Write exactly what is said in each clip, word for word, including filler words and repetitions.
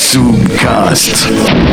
Zoomcast.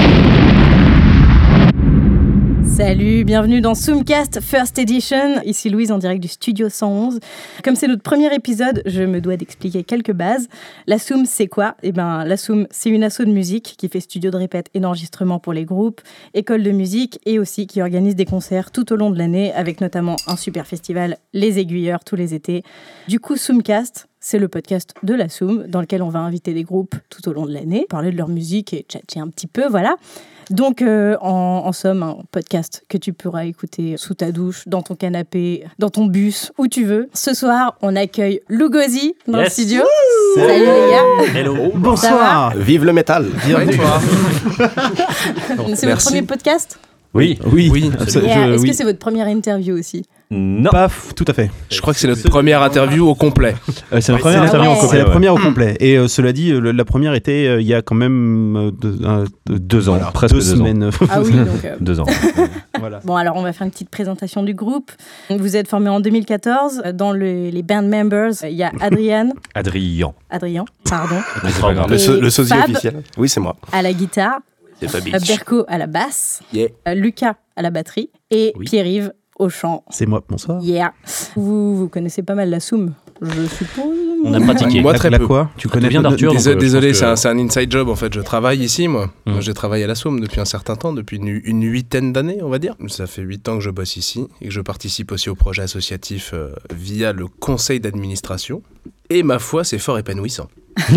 Salut, bienvenue dans Zoomcast First Edition. Ici Louise en direct du Studio cent onze. Comme c'est notre premier épisode, je me dois d'expliquer quelques bases. La Zoom, c'est quoi ? Eh ben, la Zoom, c'est une asso de musique qui fait studio de répète et d'enregistrement pour les groupes, école de musique et aussi qui organise des concerts tout au long de l'année avec notamment un super festival, Les Aiguilleurs, tous les étés. Du coup, Zoomcast, c'est le podcast de la Zoom dans lequel on va inviter des groupes tout au long de l'année, parler de leur musique et tchatcher un petit peu, voilà. Donc, euh, en, en somme, un podcast que tu pourras écouter sous ta douche, dans ton canapé, dans ton bus, où tu veux. Ce soir, on accueille Lugosi dans yes. le studio. Wouh Salut les gars. Hello. Bonsoir. Vive le métal. Bienvenue. C'est votre premier podcast ? Oui. Oui. oui. Yeah. Je, Est-ce oui. que c'est votre première interview aussi ? Non. Pas f- tout à fait. Je crois que c'est notre première interview au complet. Euh, c'est la Oui, première c'est interview vrai. au complet. C'est la Ouais. première au complet. Et euh, cela dit, euh, la première était euh, il y a quand même euh, deux, euh, deux ans, Voilà. presque deux, Deux ans. semaines. Ah oui, donc... Euh... Deux ans. Voilà. Bon, alors on va faire une petite présentation du groupe. Vous êtes formé en deux mille quatorze. Dans le, les band members, il y a Adrian. Adrien. Adrien, pardon. C'est pas grave. Et Le, so- le sosie Fab. officiel. Oui, c'est moi. À la guitare. C'est Fabi. Euh, Berko à la basse. Yeah. Euh, Lucas à la batterie. Et Oui. Pierre-Yves au chant. C'est moi. Bonsoir. Yeah. Vous, vous connaissez pas mal la Zoom, je suppose. On a pratiqué. Moi, La- très la peu. quoi Tu connais bien peu- d'Arthur. Désolé, donc, euh, désolé, je c'est, pense un, que- c'est un inside job en fait. Je travaille ici, moi. Mm. Moi, j'ai travaillé à la Somme depuis un certain temps, depuis une, une huitaine d'années, on va dire. Ça fait huit ans que je bosse ici et que je participe aussi au projet associatif euh, via le conseil d'administration. Et ma foi, c'est fort épanouissant.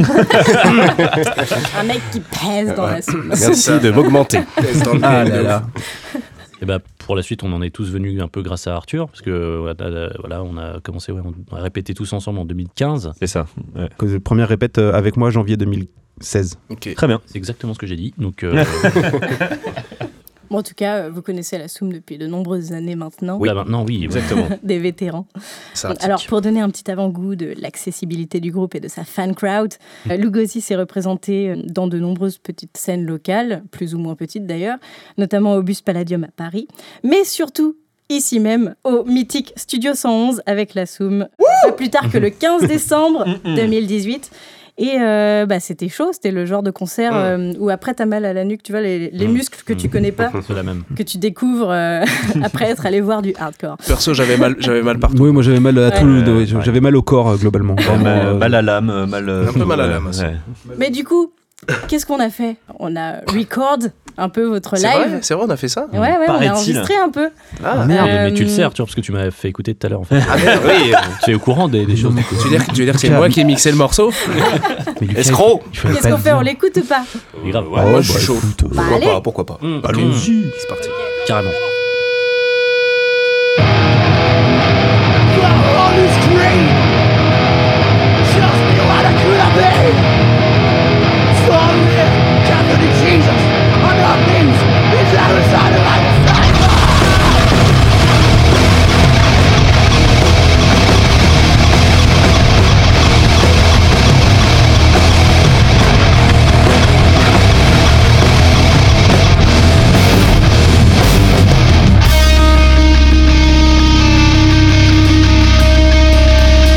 Un mec qui pèse dans la Zoom. Merci de m'augmenter. Dans le Ah game, là de là. Et bah, pour la suite, on en est tous venus un peu grâce à Arthur, parce que voilà, voilà, on a commencé, ouais, on a répété tous ensemble en deux mille quinze. C'est ça. Ouais. Que- Première répète euh, avec moi, janvier deux mille seize. Ok. Très bien. C'est exactement ce que j'ai dit. Donc, euh, Bon, en tout cas, euh, vous connaissez la Zoom depuis de nombreuses années maintenant. là, maintenant, oui, Exactement. Des vétérans. Ça, Alors, pour donner un petit avant-goût de l'accessibilité du groupe et de sa fan crowd, euh, Lugosi s'est représenté euh, dans de nombreuses petites scènes locales, plus ou moins petites d'ailleurs, notamment au Bus Palladium à Paris, mais surtout ici même, au mythique Studio cent onze avec la Zoom, pas plus tard que le quinze décembre deux mille dix-huit. Et euh, bah, c'était chaud, c'était le genre de concert euh, où après t'as mal à la nuque, tu vois, les, les muscles que tu connais pas, c'est la même. que tu découvres euh, après être allé voir du hardcore. Perso, j'avais mal, j'avais mal partout. Oui, moi j'avais mal à Ouais. tout. le- Ouais, ouais, ouais. J'avais mal au corps euh, globalement. Vraiment, mal, euh, mal à l'âme, euh, mal. euh, Un peu mal à l'âme ouais, aussi. ouais. Mais du coup, qu'est-ce qu'on a fait ? On a record un peu votre C'est live. vrai, c'est vrai, on a fait ça. Ouais, ouais, on a Paraît-il. enregistré un peu. Ah, merde. Euh, Mais tu le sais, Arthur, parce que tu m'as fait écouter tout à l'heure, en fait. Ah, merde, oui. Tu es au courant des, des choses. du coup. Tu veux dire, que- tu veux dire que c'est moi qui ai mixé le morceau? mais Lucas, Escroc. il fallait Qu'est-ce pas qu'on le fait ? On dire. l'écoute ou pas ? C'est grave. Ouais, moi, je suis chaud. écoute, euh, Bah, Pourquoi allez. pas, pourquoi pas. Mmh, Allons-y. C'est parti. Carrément. We'll be right back.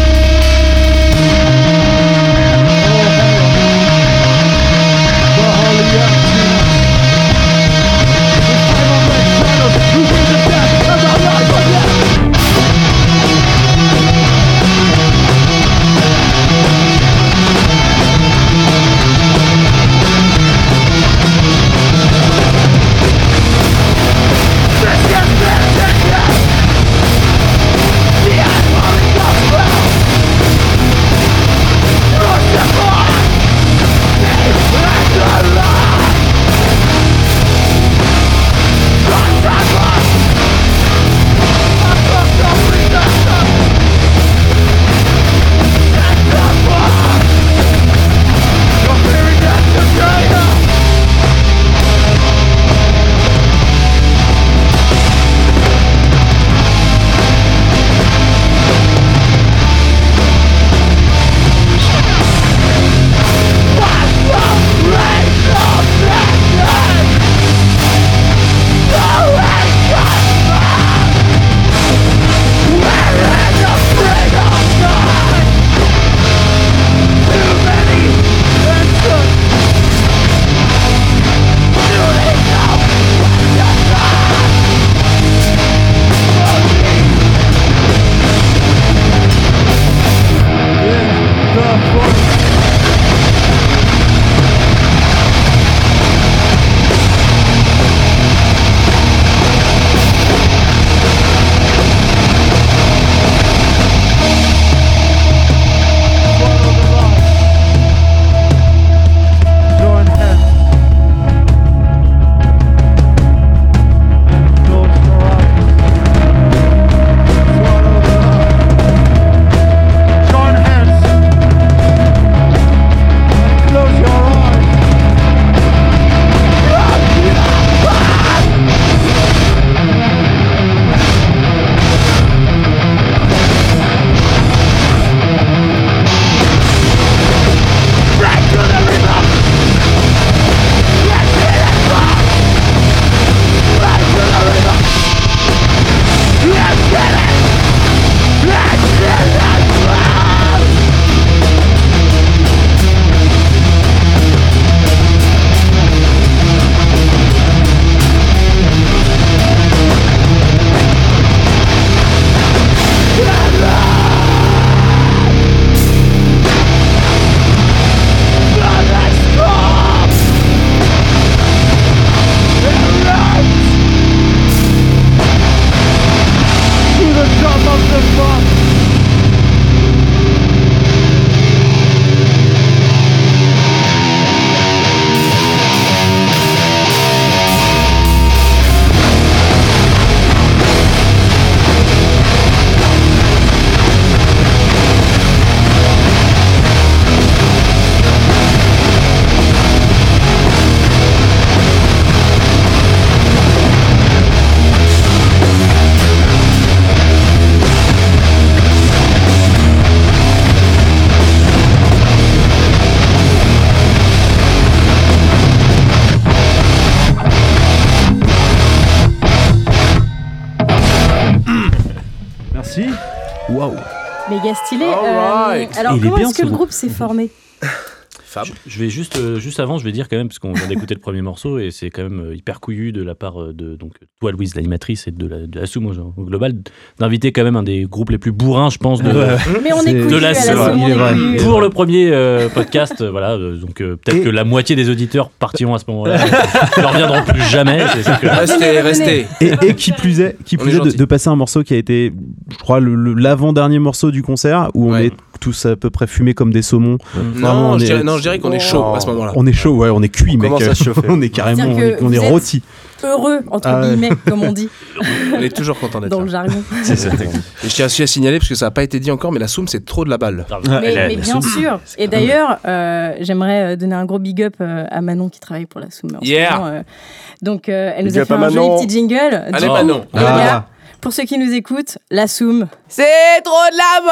Waouh. Méga stylé. Alright. Euh, alors, Il est comment bien, est-ce que ce le groupe. groupe s'est formé ? Fab. Je- Je vais juste, euh, juste avant, je vais dire quand même, parce qu'on vient d'écouter le premier morceau et c'est quand même euh, hyper couillu de la part euh, de donc, toi, Louise, l'animatrice, et de la, de la Soum au, au global, d'inviter quand même un des groupes les plus bourrins, je pense, de, Mais on C'est- est couillu de la à la Soum. Soum, on Il est est vrai. couillu. pour le premier euh, podcast. euh, voilà, euh, donc euh, peut-être Et- que la moitié des auditeurs partiront à ce moment-là. Ils ne reviendront plus jamais. C'est ça que- Restez, restez. Et, et qui plus est, qui On plus est est de, gentil. de passer un morceau qui a été, je crois, le- le- l'avant-dernier morceau du concert où on Ouais. est tous à peu près fumés comme des saumons. Vraiment, Non, on je est- dirais, non, je dirais qu'on est chaud à ce moment-là. On est chaud, ouais, on est cuit, On mec. commence à se chauffer. On est carrément, on C'est-à-dire est, que on est vous êtes- rôti. Heureux, entre Ah ouais. guillemets, comme on dit, On est toujours content d'être dans là. le jargon. C'est ça. Et je tiens aussi à signaler, parce que ça n'a pas été dit encore, mais la Soum, c'est trop de la balle. Mais, Elle a- mais la bien Soum. sûr. Et d'ailleurs, euh, j'aimerais euh, donner un gros big up euh, à Manon qui travaille pour la Soum. en ce Yeah. moment, euh. Donc, euh, elle Big nous a up fait à un joli Manon. petit jingle. Allez, Du coup, Manon. les Ah. gars, pour ceux qui nous écoutent, la Soum. C'est trop de la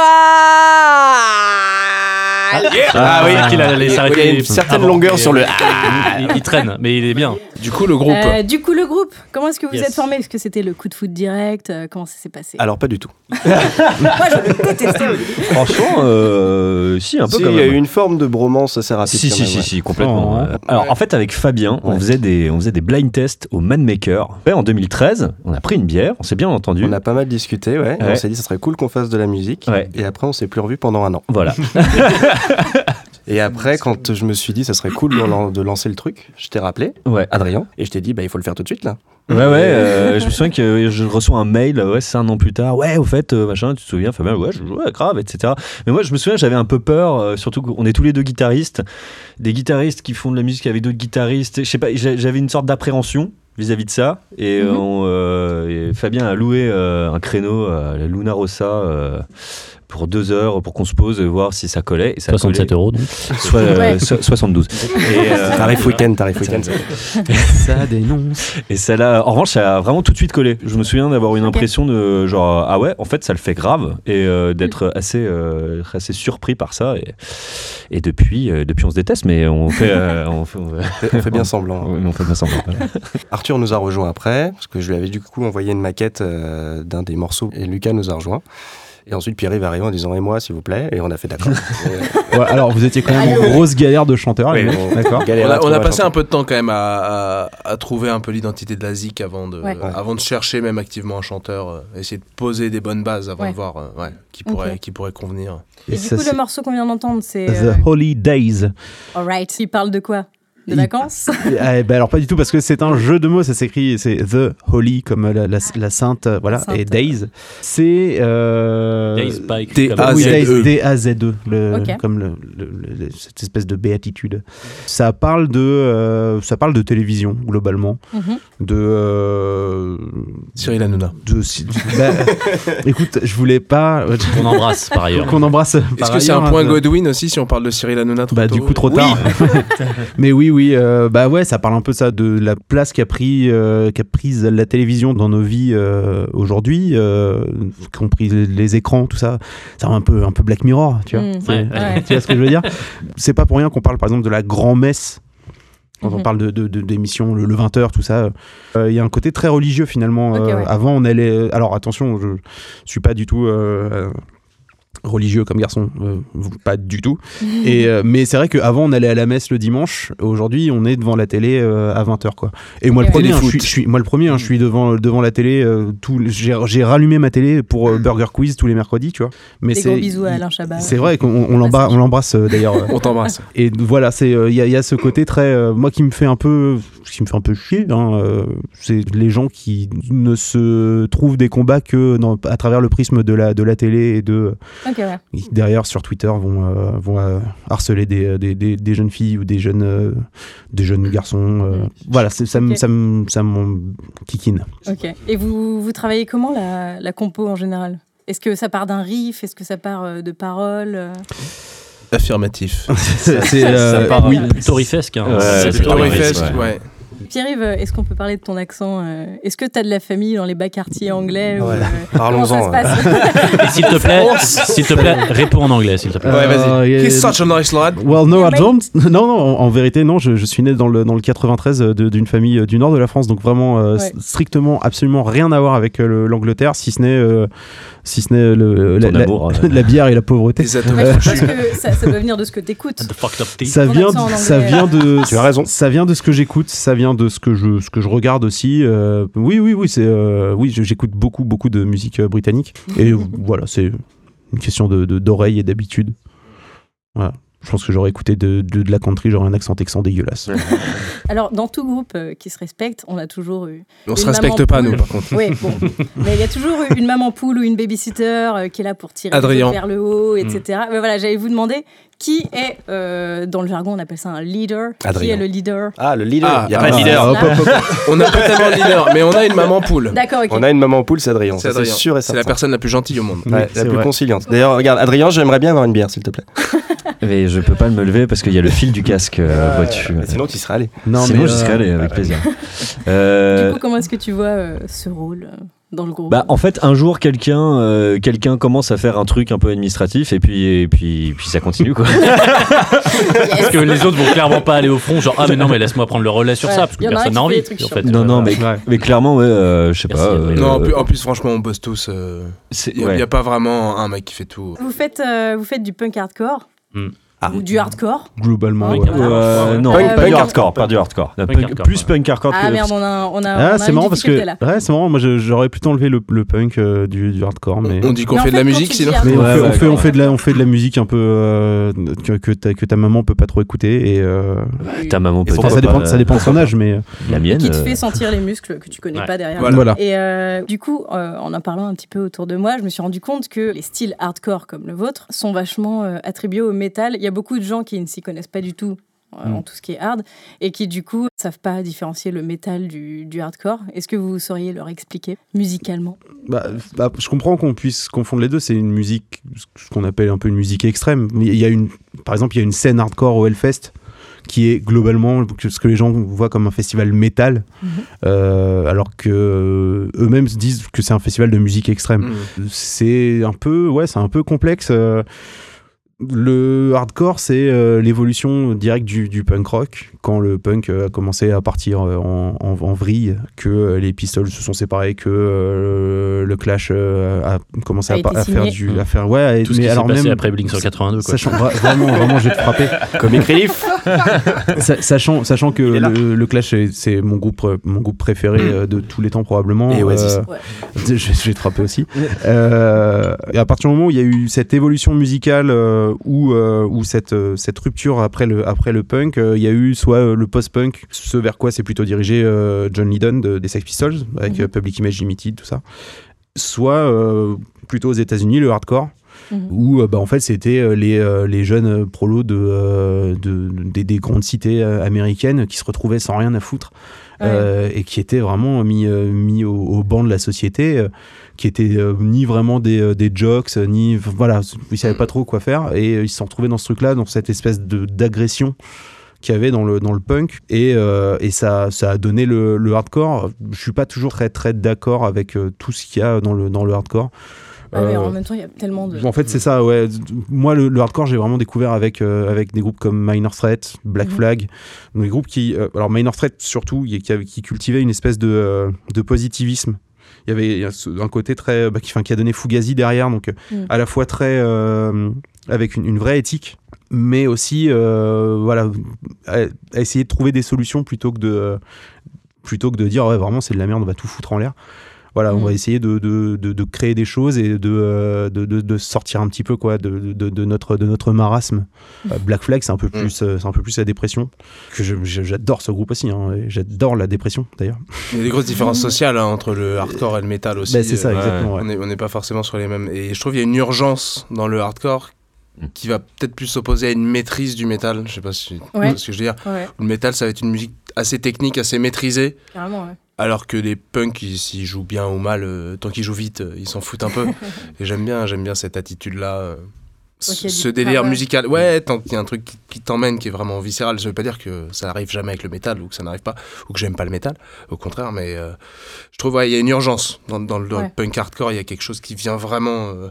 balle. Ah oui, qu'il allait Il y a s'arrêter. une certaine avant. longueur Et, sur le. euh, il, il traîne, mais il est bien. Du coup, le groupe. Euh, du coup, le groupe, comment est-ce que vous Yes. êtes formé ? Est-ce que c'était le coup de foot direct ? Euh, Comment ça s'est passé ? Alors, pas du tout. Moi, je le détestais au début. Franchement, euh, si, un peu Si, quand il y a même. eu une forme de bromance assez rapide. Si, quand si, même, si, ouais. si, complètement. Oh. Euh, Alors, en fait, avec Fabien, on, Ouais. faisait des, on faisait des blind tests au Manmaker. Ouais, en deux mille treize, on a pris une bière, on s'est bien entendu. On a pas mal discuté, ouais. et Ouais. On s'est dit, ça serait cool qu'on fasse de la musique. Ouais. Et après, on s'est plus revus pendant un an. Voilà. Et après, quand je me suis dit, ça serait cool de, lan- de lancer le truc, je t'ai rappelé, Ouais. Adrien, et je t'ai dit, bah, il faut le faire tout de suite, là. Ouais, ouais, euh, je me souviens que je reçois un mail, ouais, c'est un an plus tard. Ouais, au fait, euh, machin, tu te souviens, Fabien, ouais, je jouais grave, et cetera. Mais moi, je me souviens, j'avais un peu peur, euh, surtout qu'on est tous les deux guitaristes, des guitaristes qui font de la musique avec d'autres guitaristes. Je sais pas, j'a- j'avais une sorte d'appréhension vis-à-vis de ça. Et, Mhm. on, euh, et Fabien a loué euh, un créneau à la Luna Rossa euh, pour deux heures pour qu'on se pose et voir si ça collait. Et ça soixante-sept collait. euros. Donc. Soit, euh, Ouais. so- soixante-douze. Et, euh, Tarif week-end, tarif week-end. Ça dénonce. Et ça l'a, en revanche, ça a vraiment tout de suite collé. Je me souviens d'avoir une Ok. impression de genre, ah ouais, en fait, ça le fait grave, et euh, d'être assez, euh, assez surpris par ça. Et, et depuis, euh, depuis, on se déteste, mais on fait, euh, on fait, on fait- On fait bien semblant. Ouais, mais on fait bien semblant. Voilà. Arthur nous a rejoint après, parce que je lui avais du coup envoyé une maquette euh, d'un des morceaux, et Lucas nous a rejoint. Et ensuite, Pierre-Yves est arrivé en disant, et moi, s'il vous plaît, et on a fait d'accord. Et, Ouais, alors, vous étiez quand même en grosse galère de chanteur, les Oui, mecs. on- D'accord. galère On à a, on trouver a un passé chanteur. un peu de temps quand même à, à- à trouver un peu l'identité de la zik avant de, Ouais. avant de chercher même activement un chanteur, euh, essayer de poser des bonnes bases avant Ouais. de voir euh, ouais, qui, pourrait, Ok. qui pourrait convenir. Et, du ça, coup, c'est le morceau qu'on vient d'entendre, c'est. The euh, Holy Days. Alright. Il parle de quoi ? De Il- vacances ? Ah, eh ben alors pas du tout parce que c'est un jeu de mots, ça s'écrit c'est The Holy comme la, la, la sainte, euh, voilà, Sainte. et Days. C'est euh, Days Spike, T- comme- A- oui, Z Days, E. D A Z E, le, Ok. comme le, le- le- cette espèce de béatitude. Ça parle de euh, ça parle de télévision globalement, Mhm. de euh, Cyril Hanouna. de si- bah, écoute, je voulais pas euh, On embrasse par ailleurs. qu'on embrasse. Est-ce que c'est un point Godwin aussi si on parle de Cyril Hanouna trop Bah tôt du coup trop Oui. tard. Mais oui oui euh, bah ouais ça parle un peu ça de la place qu'a pris euh, qu'a prise la télévision dans nos vies euh, aujourd'hui, euh, qu'ont pris les, les écrans tout ça. C'est un peu un peu Black Mirror, tu vois. Mm. C'est- Ouais, ouais. Tu vois ce que je veux dire. C'est pas pour rien qu'on parle par exemple de la grand-messe. Quand on Mhm. parle de, de, de- d'émissions, le, le vingt heures, tout ça, euh, il y a un côté très religieux finalement. Ok, Euh, ouais. Avant, on allait. Alors attention, je suis pas du tout euh, euh, religieux comme garçon, euh, pas du tout. Et, euh, mais c'est vrai qu'avant, on allait à la messe le dimanche. Aujourd'hui, on est devant la télé euh, à vingt heures, quoi. Et moi, Ok, le premier, ouais. hein, je suis, je suis- moi, le premier, hein, je suis devant, devant la télé. Euh, tout, j'ai, j'ai rallumé ma télé pour euh, Burger Quiz tous les mercredis, tu vois. Mais Des c'est, gros bisous à Alain Chabat. c'est vrai qu'on on l'embrasse, on l'embrasse euh, d'ailleurs. euh, On t'embrasse. et voilà, c'est il y, a- y a ce côté très euh, moi qui me fait un peu qui me fait un peu chier, hein, euh, c'est les gens qui ne se trouvent des combats que dans- à travers le prisme de la de la télé et de Ok, ouais. qui, derrière sur Twitter vont euh, vont euh, harceler des, des, des, des jeunes filles ou des jeunes euh, des jeunes garçons. euh, Mm. Voilà, c'est, ça me Ok. ça me ça m'en kikine. Ok. Et vous, vous travaillez comment la, la compo en général ? Est-ce que ça part d'un riff ? Est-ce que ça part euh, de paroles euh Affirmatif. c'est ça euh, part- oui. Plutôt riffesque. Hein. Ouais, c'est c'est plutôt plutôt riffesque, riffesque, ouais. Pierre-Yves, est-ce qu'on peut parler de ton accent euh, Est-ce que tu as de la famille dans les bas quartiers anglais Ouais. ou, euh, Parlons-en, comment ça se passe Et s'il te plaît, s'il te plaît, réponds en anglais, s'il te plaît. Ouais, vas-y. yeah. He's such a nice lad. Well, no, I Yeah, don't. Non, non, en, en vérité, non. Je, je suis né dans le, dans le quatre-vingt-treize de- d'une famille euh, du nord de la France, donc vraiment euh, Ouais. s- strictement, absolument rien à voir avec euh, le- l'Angleterre, si ce n'est, euh, si ce n'est le, la, Ton la- amour, euh. la bière et la pauvreté. Des atomes Ouais, je pense crochus. que ça, ça doit venir de ce que t'écoutes. The fucked up tea. Ça Ton vient, accent en de, ça anglais. vient de. Tu as raison. Ça vient de ce que j'écoute, ça vient de ce que je, ce que je regarde aussi. euh, oui, oui, oui, c'est, euh, oui, je- j'écoute beaucoup, beaucoup de musique euh, britannique. Et voilà, c'est une question de, de- d'oreille et d'habitude. Voilà. Je pense que j'aurais écouté de, de, de la country, j'aurais un accent texan dégueulasse. Alors, dans tout groupe euh, qui se respecte, on a toujours eu. On Une se maman respecte pas, poule. nous, par contre. Oui, bon. Mais il y a toujours eu une maman poule ou une babysitter euh, qui est là pour tirer les Adrien. autres vers le haut, et cetera. Mais voilà, j'allais vous demander qui est, euh, dans le jargon, on appelle ça un leader. Qui Adrien. est le leader Ah, le leader. Ah, Il y a ah, pas de ah, leader. hop, hop, hop. On n'a pas tellement de leader, mais on a une maman poule. D'accord, ok. On a une maman poule, c'est Adrien. C'est Ça, c'est Adrien. sûr et C'est certain. la personne la plus gentille au monde. Ouais, Oui, la c'est plus vrai. conciliante. D'ailleurs, regarde, Adrien, j'aimerais bien avoir une bière, s'il te plaît. Mais je peux pas me lever parce qu'il y a le fil du casque, euh, vois-tu. Mais sinon, tu serais allé. Non, Sinon, mais, j'y serais euh, allé avec plaisir. Euh, Du coup, comment est-ce que tu vois euh, ce rôle euh, dans le groupe Bah, en fait, un jour, quelqu'un euh, quelqu'un commence à faire un truc un peu administratif et puis, et puis, puis ça continue, quoi. Parce que les autres vont clairement pas aller au front, genre ah mais non mais laisse-moi prendre le relais sur Ouais. ça parce que Il y en a un personne qui n'a fait envie. des trucs en chiants. fait. Non, non, mais, Ouais. mais clairement, ouais, euh, je sais Merci, pas. Adrien. Non, en euh, plus, en plus, franchement, on bosse tous. c'est- Il n'y a, ouais. y a pas vraiment un mec qui fait tout. Vous faites, euh, vous faites du punk hardcore Hmm. Ah. ou du hardcore globalement. Oui, ouais. carrément. Euh, non, Punk- pas punk du hardcore. hardcore, pas du hardcore. Punk Punk- hardcore, plus ouais. punk hardcore Ah que. merde, on a, on a, on Ah, a c'est une marrant parce que difficulté, là. ouais, c'est marrant. Moi, je- j'aurais plutôt enlevé le, le punk euh, du, du hardcore, mais. On dit qu'on Mais en fait de la fait, quand musique, tu sinon. dis Mais on, Ouais, fait, ouais, on, fait, on, ouais. fait de la, on fait de la musique un peu euh, que, que, ta, que ta maman peut pas trop écouter. Et, euh, Ta maman peut enfin, ça, dépend, ça dépend de son âge, mais. La mienne. Qui te euh, fait sentir les muscles que tu connais Ouais. pas derrière. Voilà. Voilà. Et euh, du coup, euh, en en parlant un petit peu autour de moi, je me suis rendu compte que les styles hardcore comme le vôtre sont vachement euh, attribués au métal. Il y a beaucoup de gens qui ne s'y connaissent pas du tout euh, Mm. en tout ce qui est hard et qui du coup savent pas différencier le métal du, du hardcore. Est-ce que vous sauriez leur expliquer musicalement? Bah, bah, je comprends qu'on puisse confondre les deux. C'est une musique, ce qu'on appelle un peu une musique extrême. Mais il y a une, par exemple, il y a une scène hardcore au Hellfest qui est globalement ce que les gens voient comme un festival métal, Mhm. euh, alors que euh, eux-mêmes se disent que c'est un festival de musique extrême. Mm. C'est un peu, ouais, c'est un peu complexe. euh, Le hardcore, c'est euh, l'évolution directe du, du punk rock. Quand le punk euh, a commencé à partir euh, en, en, en vrille, que euh, les Pistols se sont séparés, que euh, le Clash euh, a commencé A à, été pa- à faire signé. du, à faire, ouais. Tout ce mais qui s'est alors passé même, après Blink cent quatre-vingt-deux quoi. sachant vra- vraiment, vraiment, je vais te frapper. Comic Relief. Sa- sachant, sachant que Il est là. le, le Clash, c'est- c'est mon groupe, euh, mon groupe préféré euh, de tous les temps probablement. Et Oasis. Euh, Ouais. je, je vais te frapper aussi. Euh, et à partir du moment où il y a eu cette évolution musicale euh, ou euh, ou cette euh, cette rupture après le après le punk, euh, il y a eu soit euh, le post-punk, ce vers quoi c'est plutôt dirigé euh, John Lydon de- des Sex Pistols avec Mhm. euh, Public Image Limited, tout ça. Soit euh, plutôt aux États-Unis le hardcore. Mhm. Où euh, bah, en fait c'était euh, les, euh, les jeunes euh, prolos de, euh, de, des, des grandes cités euh, américaines qui se retrouvaient sans rien à foutre euh, et qui étaient vraiment mis, euh, mis au, au banc de la société, euh, qui étaient euh, ni vraiment des, euh, des jocks, ni voilà, ils savaient pas trop quoi faire et euh, ils se sont retrouvés dans ce truc là, dans cette espèce de, d'agression qu'il y avait dans le, dans le punk et, euh, et ça, ça a donné le, le hardcore. Je suis pas toujours très, très d'accord avec euh, tout ce qu'il y a dans le, dans le hardcore. Ah, mais Euh, en même temps, il y a tellement de. En fait, c'est ça, ouais. Moi, le, le hardcore, j'ai vraiment découvert avec, euh, avec des groupes comme Minor Threat, Black Mhm. Flag, des groupes qui... euh, alors, Minor Threat, surtout, qui, qui, qui cultivait une espèce de, euh, de positivisme. Il y avait il y a ce- un côté très... Bah, qui, enfin, qui a donné Fugazi derrière, donc euh, Mhm. à la fois très... euh, avec une, une vraie éthique, mais aussi, euh, voilà, à, à essayer de trouver des solutions plutôt que de... euh, plutôt que de dire, ouais, vraiment, c'est de la merde, on va tout foutre en l'air. Voilà, on Mm. va essayer de, de, de, de créer des choses et de, euh, de, de, de sortir un petit peu quoi, de, de, de, notre, de notre marasme. Euh, Black Flag, c'est un peu plus, euh, c'est un peu plus la dépression. Que je- je- j'adore ce groupe aussi, hein, et j'adore la dépression d'ailleurs. Il y a des grosses différences sociales hein, entre le hardcore et le métal aussi. Bah, c'est ça, euh, exactement. ouais. On n'est on n'est pas forcément sur les mêmes. Et je trouve qu'il y a une urgence dans le hardcore qui va peut-être plus s'opposer à une maîtrise du métal. Je sais pas si tu Ouais. vois ce que je veux dire. Ouais, Le métal, ça va être une musique assez technique, assez maîtrisée. carrément, ouais. Alors que les punks, ils- s'ils jouent bien ou mal, euh, tant qu'ils jouent vite, euh, ils s'en foutent un peu. Et j'aime bien, j'aime bien cette attitude-là. euh. Ok, ce du délire power. musical. Ouais, tant qu'il y a un truc qui, qui t'emmène, qui est vraiment viscéral. Ça veut pas dire que ça arrive jamais avec le métal ou que ça n'arrive pas, ou que j'aime pas le métal. Au contraire, mais euh, je trouve ouais, il y a une urgence dans, dans le, dans Ouais. le punk hardcore. Il y a quelque chose qui vient vraiment, euh,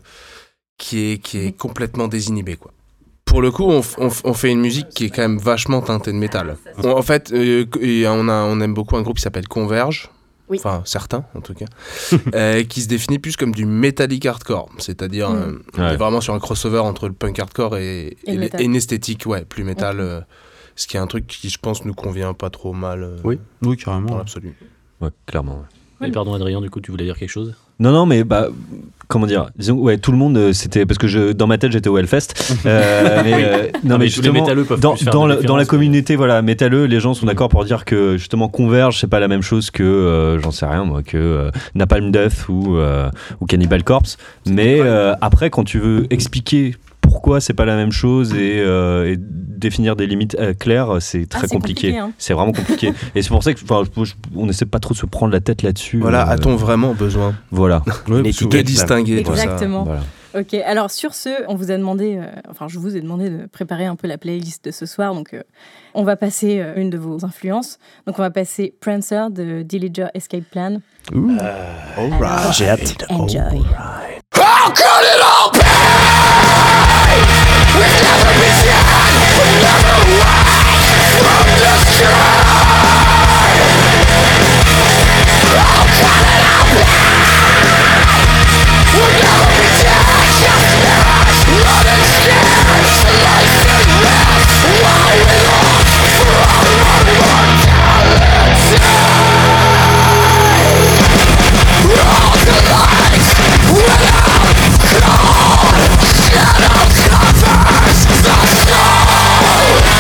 qui est, qui est Mhm. complètement désinhibé, quoi. Pour le coup, on, f- on f- on fait une musique qui est quand même vachement teintée de métal. On- en fait, euh, et on, a, on aime beaucoup un groupe qui s'appelle Converge. Oui. Enfin, certains en tout cas, euh, qui se définit plus comme du metallic hardcore. C'est-à-dire, Mm. euh, on Ouais. est vraiment sur un crossover entre le punk hardcore et, Et et le les- métal. et une esthétique, ouais, plus métal. Ok. euh, ce qui est un truc qui, je pense, nous convient pas trop mal euh, Oui. Oui, dans carrément. l'absolu. Ouais, clairement. ouais. Mais pardon Adrien, du coup tu voulais dire quelque chose? Non, non, mais bah, comment dire, disons, ouais, tout le monde, euh, c'était parce que je, dans ma tête, j'étais au Hellfest. Euh, mais, euh, non, Ah, mais mais tous les justement, métalleux peuvent dans, plus faire dans, de la, dans la différence, communauté, voilà, métalleux, les gens sont d'accord pour dire que justement Converge, c'est pas la même chose que, euh, j'en sais rien moi, que euh, Napalm Death ou, euh, ou Cannibal Corpse. Mais euh, après, quand tu veux expliquer pourquoi c'est pas la même chose et, euh, et définir des limites euh, claires, c'est très Ah, c'est compliqué. compliqué, hein. C'est vraiment compliqué. Et c'est pour ça que, enfin, je- je- on essaie pas trop de se prendre la tête là-dessus. Voilà, euh, a-t-on vraiment besoin Voilà. Ouais, Les parce que- de tickets, distinguer tout ça? Exactement. voilà. Ok, alors sur ce, on vous a demandé, euh, enfin je vous ai demandé de préparer un peu la playlist de ce soir, donc euh, on va passer euh, une de vos influences. Donc on va passer Prancer de Dillinger Escape Plan. Ouh. Alors, J'ai hâte. enjoy. Shadow covers the soul.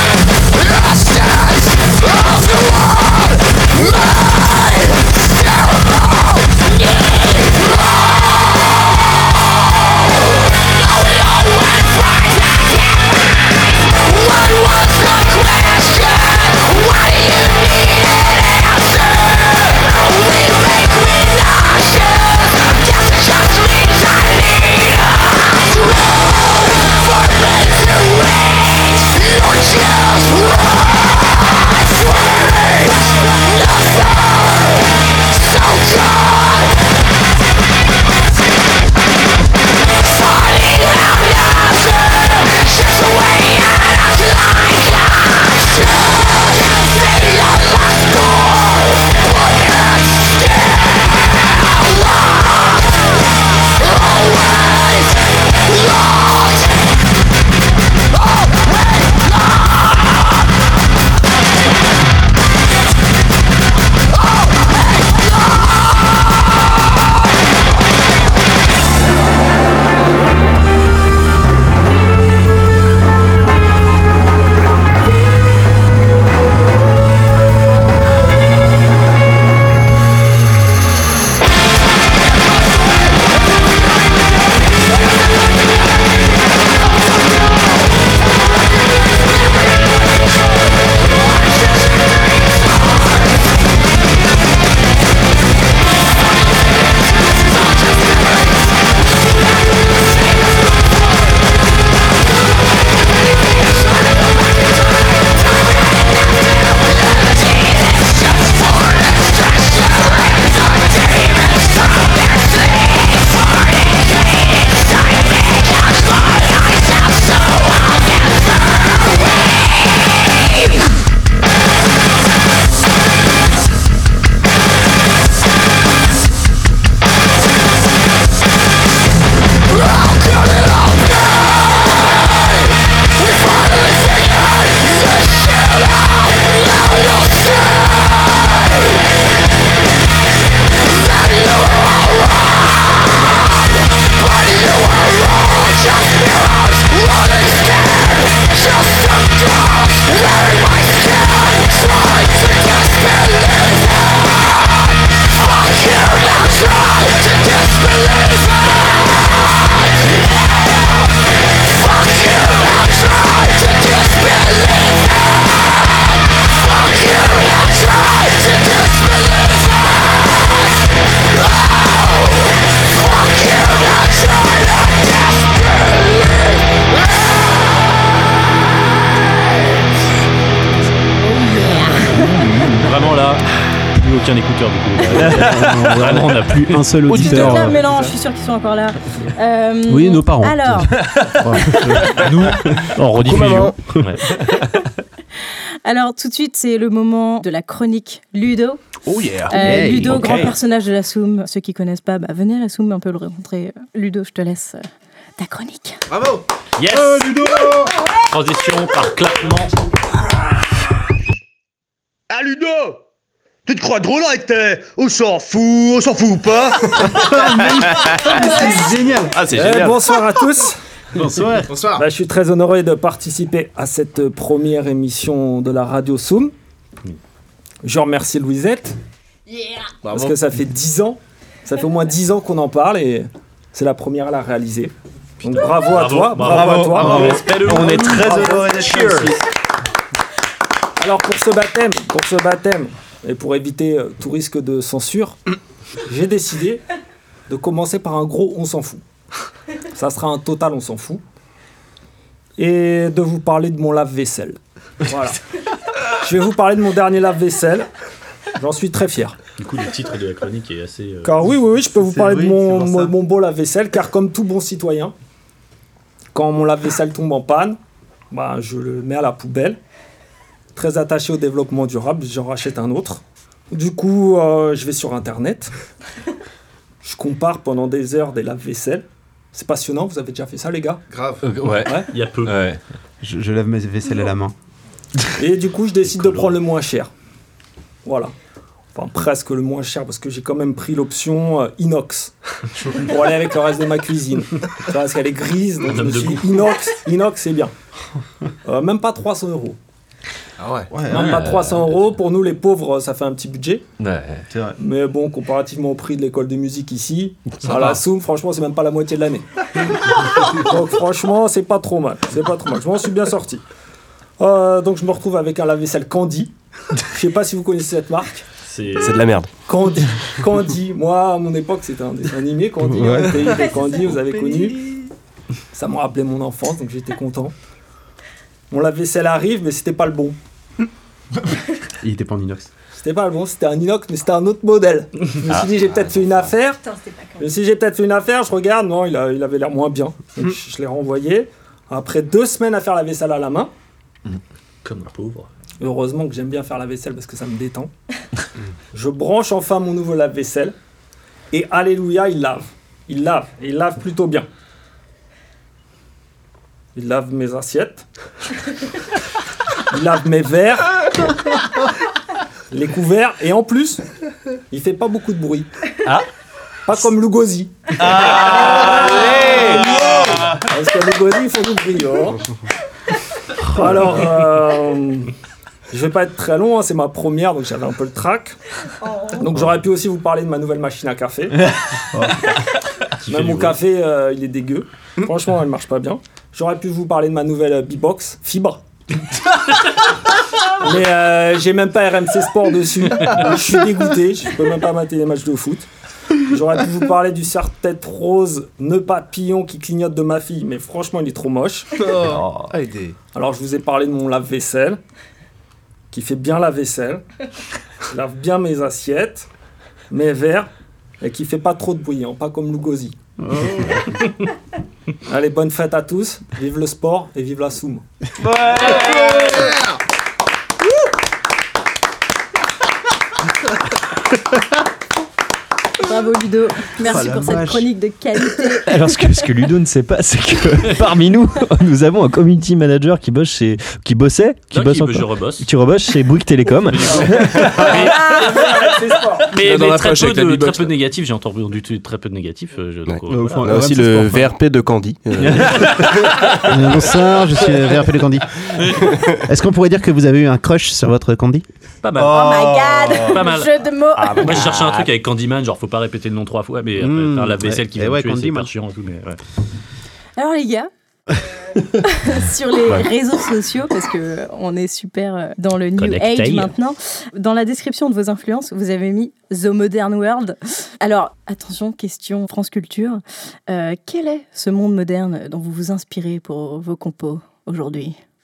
aucun écouteur du coup. Vraiment, on n'a plus un seul Tu te auditeur. calmes, mais non, je suis sûre qu'ils sont encore là. Euh, Oui, nos parents. Alors, nous en rediffusion. Ouais. alors, tout de suite, c'est le moment de la chronique Ludo. Oh yeah. Euh, Hey, Ludo, ok. grand personnage de la Soum. Ceux qui connaissent pas, bah, venez à la Soum un peu le rencontrer. Ludo, je te laisse euh, ta chronique. Bravo. Yes. Transition par claquement. Ah Ludo, tu te crois drôle avec tes... On s'en fout, on s'en fout ou pas? C'est génial. Ah, c'est Eh, génial. bonsoir à tous. Bonsoir. Bonsoir. Bah, je suis très honoré de participer à cette première émission de la radio Soum. Je remercie Louisette parce que ça fait dix ans, ça fait au moins dix ans qu'on en parle et c'est la première à la réaliser. Donc bravo, à toi, bravo, à toi. bravo. On est très heureux d'être Cheers. ici. Alors pour ce baptême, pour ce baptême et pour éviter euh, tout risque de censure, j'ai décidé de commencer par un gros on s'en fout. Ça sera un total on s'en fout. Et de vous parler de mon lave-vaisselle. Voilà. Je vais vous parler de mon dernier lave-vaisselle. J'en suis très fier. Du coup, le titre de la chronique est assez. euh, Car oui, oui, oui, je peux vous C'est parler de oui, mon, c'est pour ça. mon, mon beau lave-vaisselle, car comme tout bon citoyen, quand mon lave-vaisselle tombe en panne, bah, je le mets à la poubelle. Très attaché au développement durable, j'en rachète un autre. Du coup, euh, je vais sur Internet. Je compare pendant des heures des lave-vaisselle. C'est passionnant, vous avez déjà fait ça, les gars? Grave. Euh, ouais. Il y a peu. Ouais. Je, je lave mes vaisselles à la main. Et du coup, je décide de prendre le moins cher. Voilà. Enfin, presque le moins cher, parce que j'ai quand même pris l'option euh, inox pour aller avec le reste de ma cuisine. Tu vois, parce qu'elle est grise, donc je me suis dit inox, inox c'est bien. Euh, même pas trois cents euros. Ah ouais. Même pas trois cents euros. Pour nous, les pauvres, ça fait un petit budget. Ouais. C'est vrai. Mais bon, comparativement au prix de l'école de musique ici, à la Soum, franchement, c'est même pas la moitié de l'année. Donc franchement, c'est pas trop mal. C'est pas trop mal. Je m'en suis bien sorti. Euh, donc je me retrouve avec un lave-vaisselle Candy. Je sais pas si vous connaissez cette marque. C'est C'est de la merde. Candy, Candy. Moi, à mon époque, c'était un dessin animé, Candy. Ouais. Un pays de Candy, vous avez connu. Ça me rappelait mon enfance, donc j'étais content. Mon lave-vaisselle arrive, mais c'était pas le bon. Il était pas en inox. C'était pas le bon, c'était un inox, mais c'était un autre modèle. Je me suis dit, j'ai peut-être fait une affaire. Putain, c'était pas Je me suis dit, j'ai peut-être fait une affaire. Je regarde, non, il, a, il avait l'air moins bien. Donc, je, je l'ai renvoyé. Après deux semaines à faire la vaisselle à la main. comme un pauvre. Heureusement que j'aime bien faire la vaisselle parce que ça me détend. Je branche enfin mon nouveau lave-vaisselle. Et alléluia, il lave. Il lave. Et il lave plutôt bien. Il lave mes assiettes. Il lave mes verres. Les couverts. Et en plus, il fait pas beaucoup de bruit. Ah. Pas comme Lugosi. Ah, Parce que Lugosi, ils font du bruit. hein. Alors, euh, je vais pas être très long, hein, c'est ma première, donc j'avais un peu le trac. Donc j'aurais pu aussi vous parler de ma nouvelle machine à café. Même mon café, euh, il est dégueu. Franchement, elle marche pas bien. J'aurais pu vous parler de ma nouvelle euh, B-Box, Fibre. Mais euh, j'ai même pas R M C Sport dessus. Je suis dégoûté, je peux même pas mater les matchs de foot. J'aurais pu vous parler du serre-tête rose nœud papillon qui clignote de ma fille, mais franchement, il est trop moche. Oh. Ah, des... Alors, je vous ai parlé de mon lave-vaisselle, qui fait bien la vaisselle, qui lave bien mes assiettes, mes verres, et qui fait pas trop de bruit, hein, pas comme Lugosi. Allez, bonne fête à tous, vive le sport et vive la Soum. Bravo Ludo, merci Oh la pour cette vache. chronique de qualité. Alors, ce que, ce que Ludo ne sait pas, c'est que parmi nous, nous avons un community manager qui bosse chez, qui bossait, qui Non, bosse qui- encore- je rebosse. qui rebosse chez Bouygues Télécom. Mais, Dans mais la très, poche peu avec la de, B-Box, très peu là. de négatifs, j'ai entendu du- très peu de négatifs. euh, je- donc, Ouais. euh, Euh, voilà. enfin, On a aussi Ouais, le c'est sport, V R P de Candy. Euh, Euh, Bonsoir, je suis V R P de Candy. Est-ce qu'on pourrait dire que vous avez eu un crush sur votre Candy? Pas mal. Oh my god, Pas mal. jeu de mots. Moi, je cherchais un truc avec Candyman, genre faut pas répéter le nom trois fois, mais après, Mmh, faire la vaisselle ouais. qui Eh va me ouais, tuer, c'est Candyman. hyper chiant et tout, mais ouais. Alors les gars, sur les réseaux sociaux, parce que on est super euh, dans le new Connecté. age maintenant, dans la description de vos influences, vous avez mis The Modern World. Alors, attention, question France Culture. Euh, quel est ce monde moderne dont vous vous inspirez pour vos compos aujourd'hui?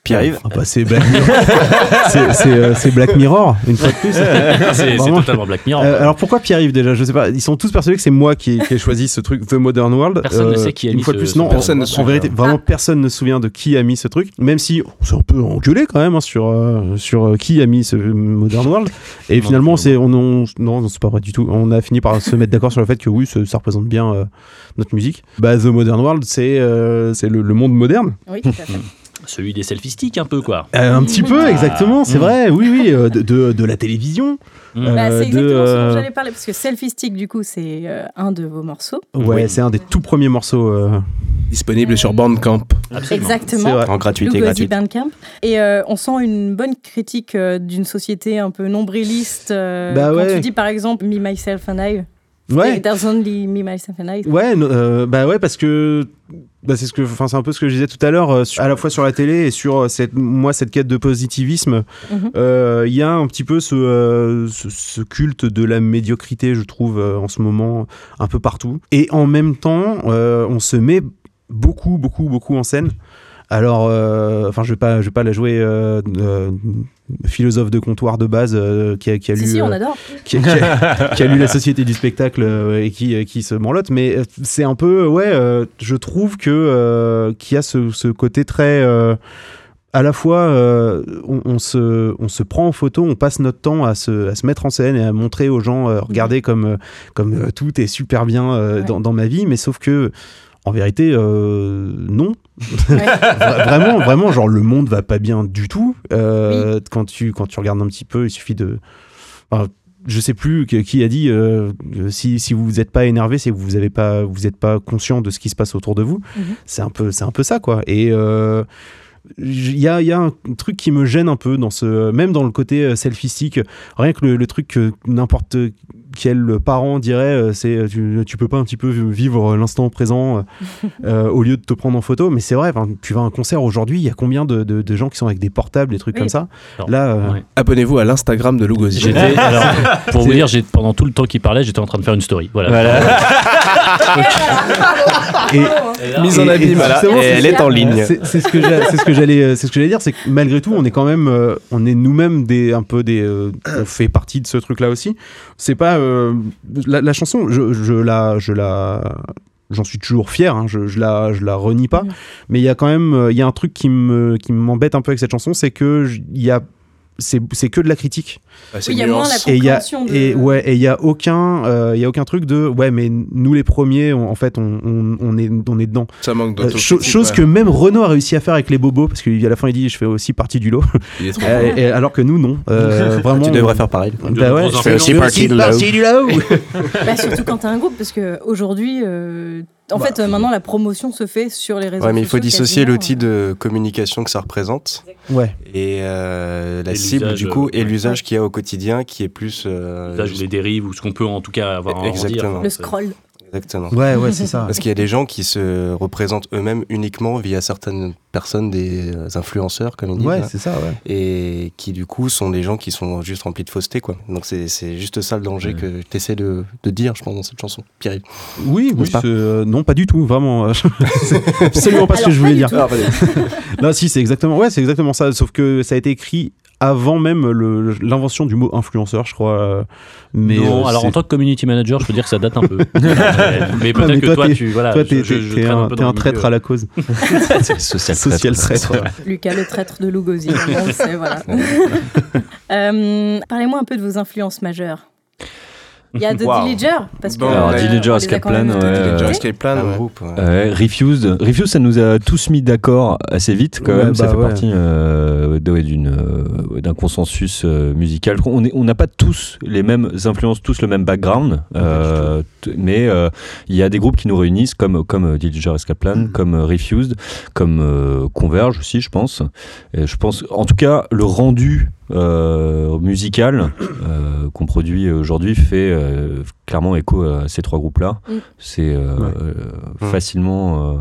Pierre-Yves. Ah bah, c'est Black Mirror. c'est, c'est, euh, c'est Black Mirror, une fois de plus. c'est, c'est Vraiment. totalement Black Mirror. Euh, alors pourquoi Pierre-Yves déjà? Je sais pas. Ils sont tous persuadés que c'est moi qui ai, qui ai choisi ce truc, The Modern World. Personne ne sait qui a une mis fois de ce- plus, ce non. Personne en, ne se en souvient. vérité, vraiment personne ne se souvient de qui a mis ce truc. Même si on s'est un peu engueulé quand même hein, sur euh, sur euh, qui a mis ce Modern World. Et Non, finalement, non. c'est on, on non, non, c'est pas vrai du tout. On a fini par se mettre d'accord sur le fait que oui, ça, ça représente bien euh, notre musique. Bah, The Modern World, c'est euh, c'est le, le monde moderne. Oui, tout à fait. Celui des selfie sticks, un peu, quoi. Euh, un petit peu, exactement, c'est Mm. vrai, oui, oui, euh, de, de, de la télévision. Mm. Euh, Bah, c'est de, exactement ce euh, dont j'allais parler, parce que Selfie Stick, du coup, c'est euh, un de vos morceaux. Ouais, Oui. c'est un des tout premiers morceaux. euh, Disponible sur Bandcamp. Absolument. C'est Exactement. vrai. En gratuité Lugosi gratuite. Bandcamp. Et euh, on sent une bonne critique euh, d'une société un peu nombriliste. euh, Bah quand ouais. tu dis par exemple Me, Myself and I. Ouais. There's only Me, Myself and I. Ouais, no- euh, bah ouais, parce que bah c'est ce que, enfin c'est un peu ce que je disais tout à l'heure, euh, sur- à la fois sur la télé et sur euh, cette, moi cette quête de positivisme. Mhm. Euh, Il y a un petit peu ce, euh, ce, ce culte de la médiocrité, je trouve, euh, en ce moment, un peu partout. Et en même temps, euh, on se met beaucoup, beaucoup, beaucoup en scène. Alors, euh, enfin, je vais pas, je vais pas la jouer euh, euh, philosophe de comptoir de base euh, qui a, qui a Si, lu. si, on euh, adore. qui, qui a, qui a lu la société du spectacle euh, et qui, qui se branlotte, mais euh, c'est un peu, ouais, euh, je trouve que euh, qu'il y a ce, ce côté très, euh, à la fois, euh, on, on se, on se prend en photo, on passe notre temps à se, à se mettre en scène et à montrer aux gens, euh, regardez comme, euh, comme euh, tout est super bien euh, Ouais. dans, dans ma vie, mais sauf que en vérité, euh, non. Ouais. Vra- vraiment, vraiment, genre le monde va pas bien du tout. Euh, quand tu quand tu regardes un petit peu, il suffit de. Enfin, je sais plus que- qui a dit euh, que si si vous n'êtes pas énervé, c'est que vous avez pas vous êtes pas conscient de ce qui se passe autour de vous. Mhm. C'est un peu c'est un peu ça quoi. Et euh, il y a, il y a un truc qui me gêne un peu dans ce, même dans le côté euh, selfie stick, rien que le, le truc que n'importe quel parent dirait, euh, c'est euh, tu, tu peux pas un petit peu vivre l'instant présent euh, euh, au lieu de te prendre en photo, mais c'est vrai, enfin, tu vas à un concert aujourd'hui, il y a combien de, de, de gens qui sont avec des portables, des trucs Oui. comme ça. Alors, Là, euh, ouais. Abonnez-vous à l'Instagram de Lugosi. J'étais, alors, pour vous dire, j'ai, pendant tout le temps qu'il parlait, j'étais en train de faire une story. Voilà. et, Mise en Et- et abîme. Voilà, justement, et c'est- elle est en ligne. C'est c'est ce que j'a- c'est ce que j'allais euh, c'est ce que j'allais dire, c'est que malgré tout on est quand même euh, on est nous-mêmes des un peu des euh, on fait partie de ce truc là aussi. C'est pas euh, la, la chanson je, je la je la j'en suis toujours fier, hein, je, je la je la renie pas, Mhm. mais il y a quand même euh, il y a un truc qui me qui m'embête un peu avec cette chanson, c'est que je- il y a c'est c'est que de la critique. Ah, c'est Oui, il y a une moins nuance. la Et il y a compréhension de... et ouais et il y a aucun euh, il y a aucun truc de ouais mais nous les premiers on- en fait on, on, on est on est dedans. Ça manque Euh, d'autocritique. cho- chose ouais. que même Renaud a réussi à faire avec les bobos, parce qu'à la fin il dit je fais aussi partie du lot. Il est trop Euh, et alors que nous non. Euh, vraiment. Tu devrais faire pareil. Bah ouais, Je je fais fais aussi aussi partie de partie du lot. Bah, surtout quand t'as un groupe, parce qu'aujourd'hui, euh, en fait, euh, maintenant, la promotion se fait sur les réseaux Ouais, mais il faut sociaux, dissocier quasiment. l'outil de communication que ça représente Ouais. et euh, la Et cible l'usage, du coup euh, et l'usage qu'il y a au quotidien qui est plus euh, L'usage ou les dérives, ou ce qu'on peut en tout cas avoir à en Exactement. dire. Le scroll. exactement. Ouais ouais c'est ça. Parce qu'il y a des gens qui se représentent eux-mêmes uniquement via certaines personnes, des euh, influenceurs comme ils disent, Ouais hein, c'est ça ouais. et qui du coup sont des gens qui sont juste remplis de fausseté quoi. Donc c'est c'est juste ça le danger Ouais. que tu essaies de, de dire je pense dans cette chanson. Pierre. Oui oui N'est-ce pas c'est- euh, non pas du tout vraiment. C'est absolument pas ce que Alors, je pas voulais du dire. tout. Non si c'est exactement ouais c'est exactement ça, sauf que ça a été écrit avant même le- l'invention du mot influenceur je crois. euh, Mais non, euh, alors c'est- en tant que community manager, je peux dire que ça date un peu. mais mais peut-être mais que toi, toi, t'es- tu. Voilà, toi t'es je- je- t'es- je t'es traîne un, peu t'es dans un le traître milieu. à la cause. Social Social traître. traître. Lucas, le traître de Lugosi. on le sait, voilà. Euh, Parlez-moi un peu de vos influences majeures. Il y a The Wow. Dillinger, parce que Bon, Alors, euh, Dillinger, on les a Escape quand même Plan, tous ouais, écoutés. Dillinger ouais. Escape Plan. Un ouais. groupe. ouais. Ouais, Refused. Refused, ça nous a tous mis d'accord assez vite quand Ouais, même. ça bah fait ouais. partie euh, de- ouais, d'une, euh, d'un consensus euh, musical. On est- on n'a pas tous les mêmes influences, tous le même background, euh, t- mais euh, il y a des groupes qui nous réunissent comme comme euh, Dillinger Escape Plan, comme euh, Refused, comme euh, Converge aussi, je pense. Et je pense, en tout cas, le rendu euh, musical euh, qu'on produit aujourd'hui fait euh, clairement écho à ces trois groupes-là. Mm. C'est euh, Ouais. euh, Mm. facilement euh,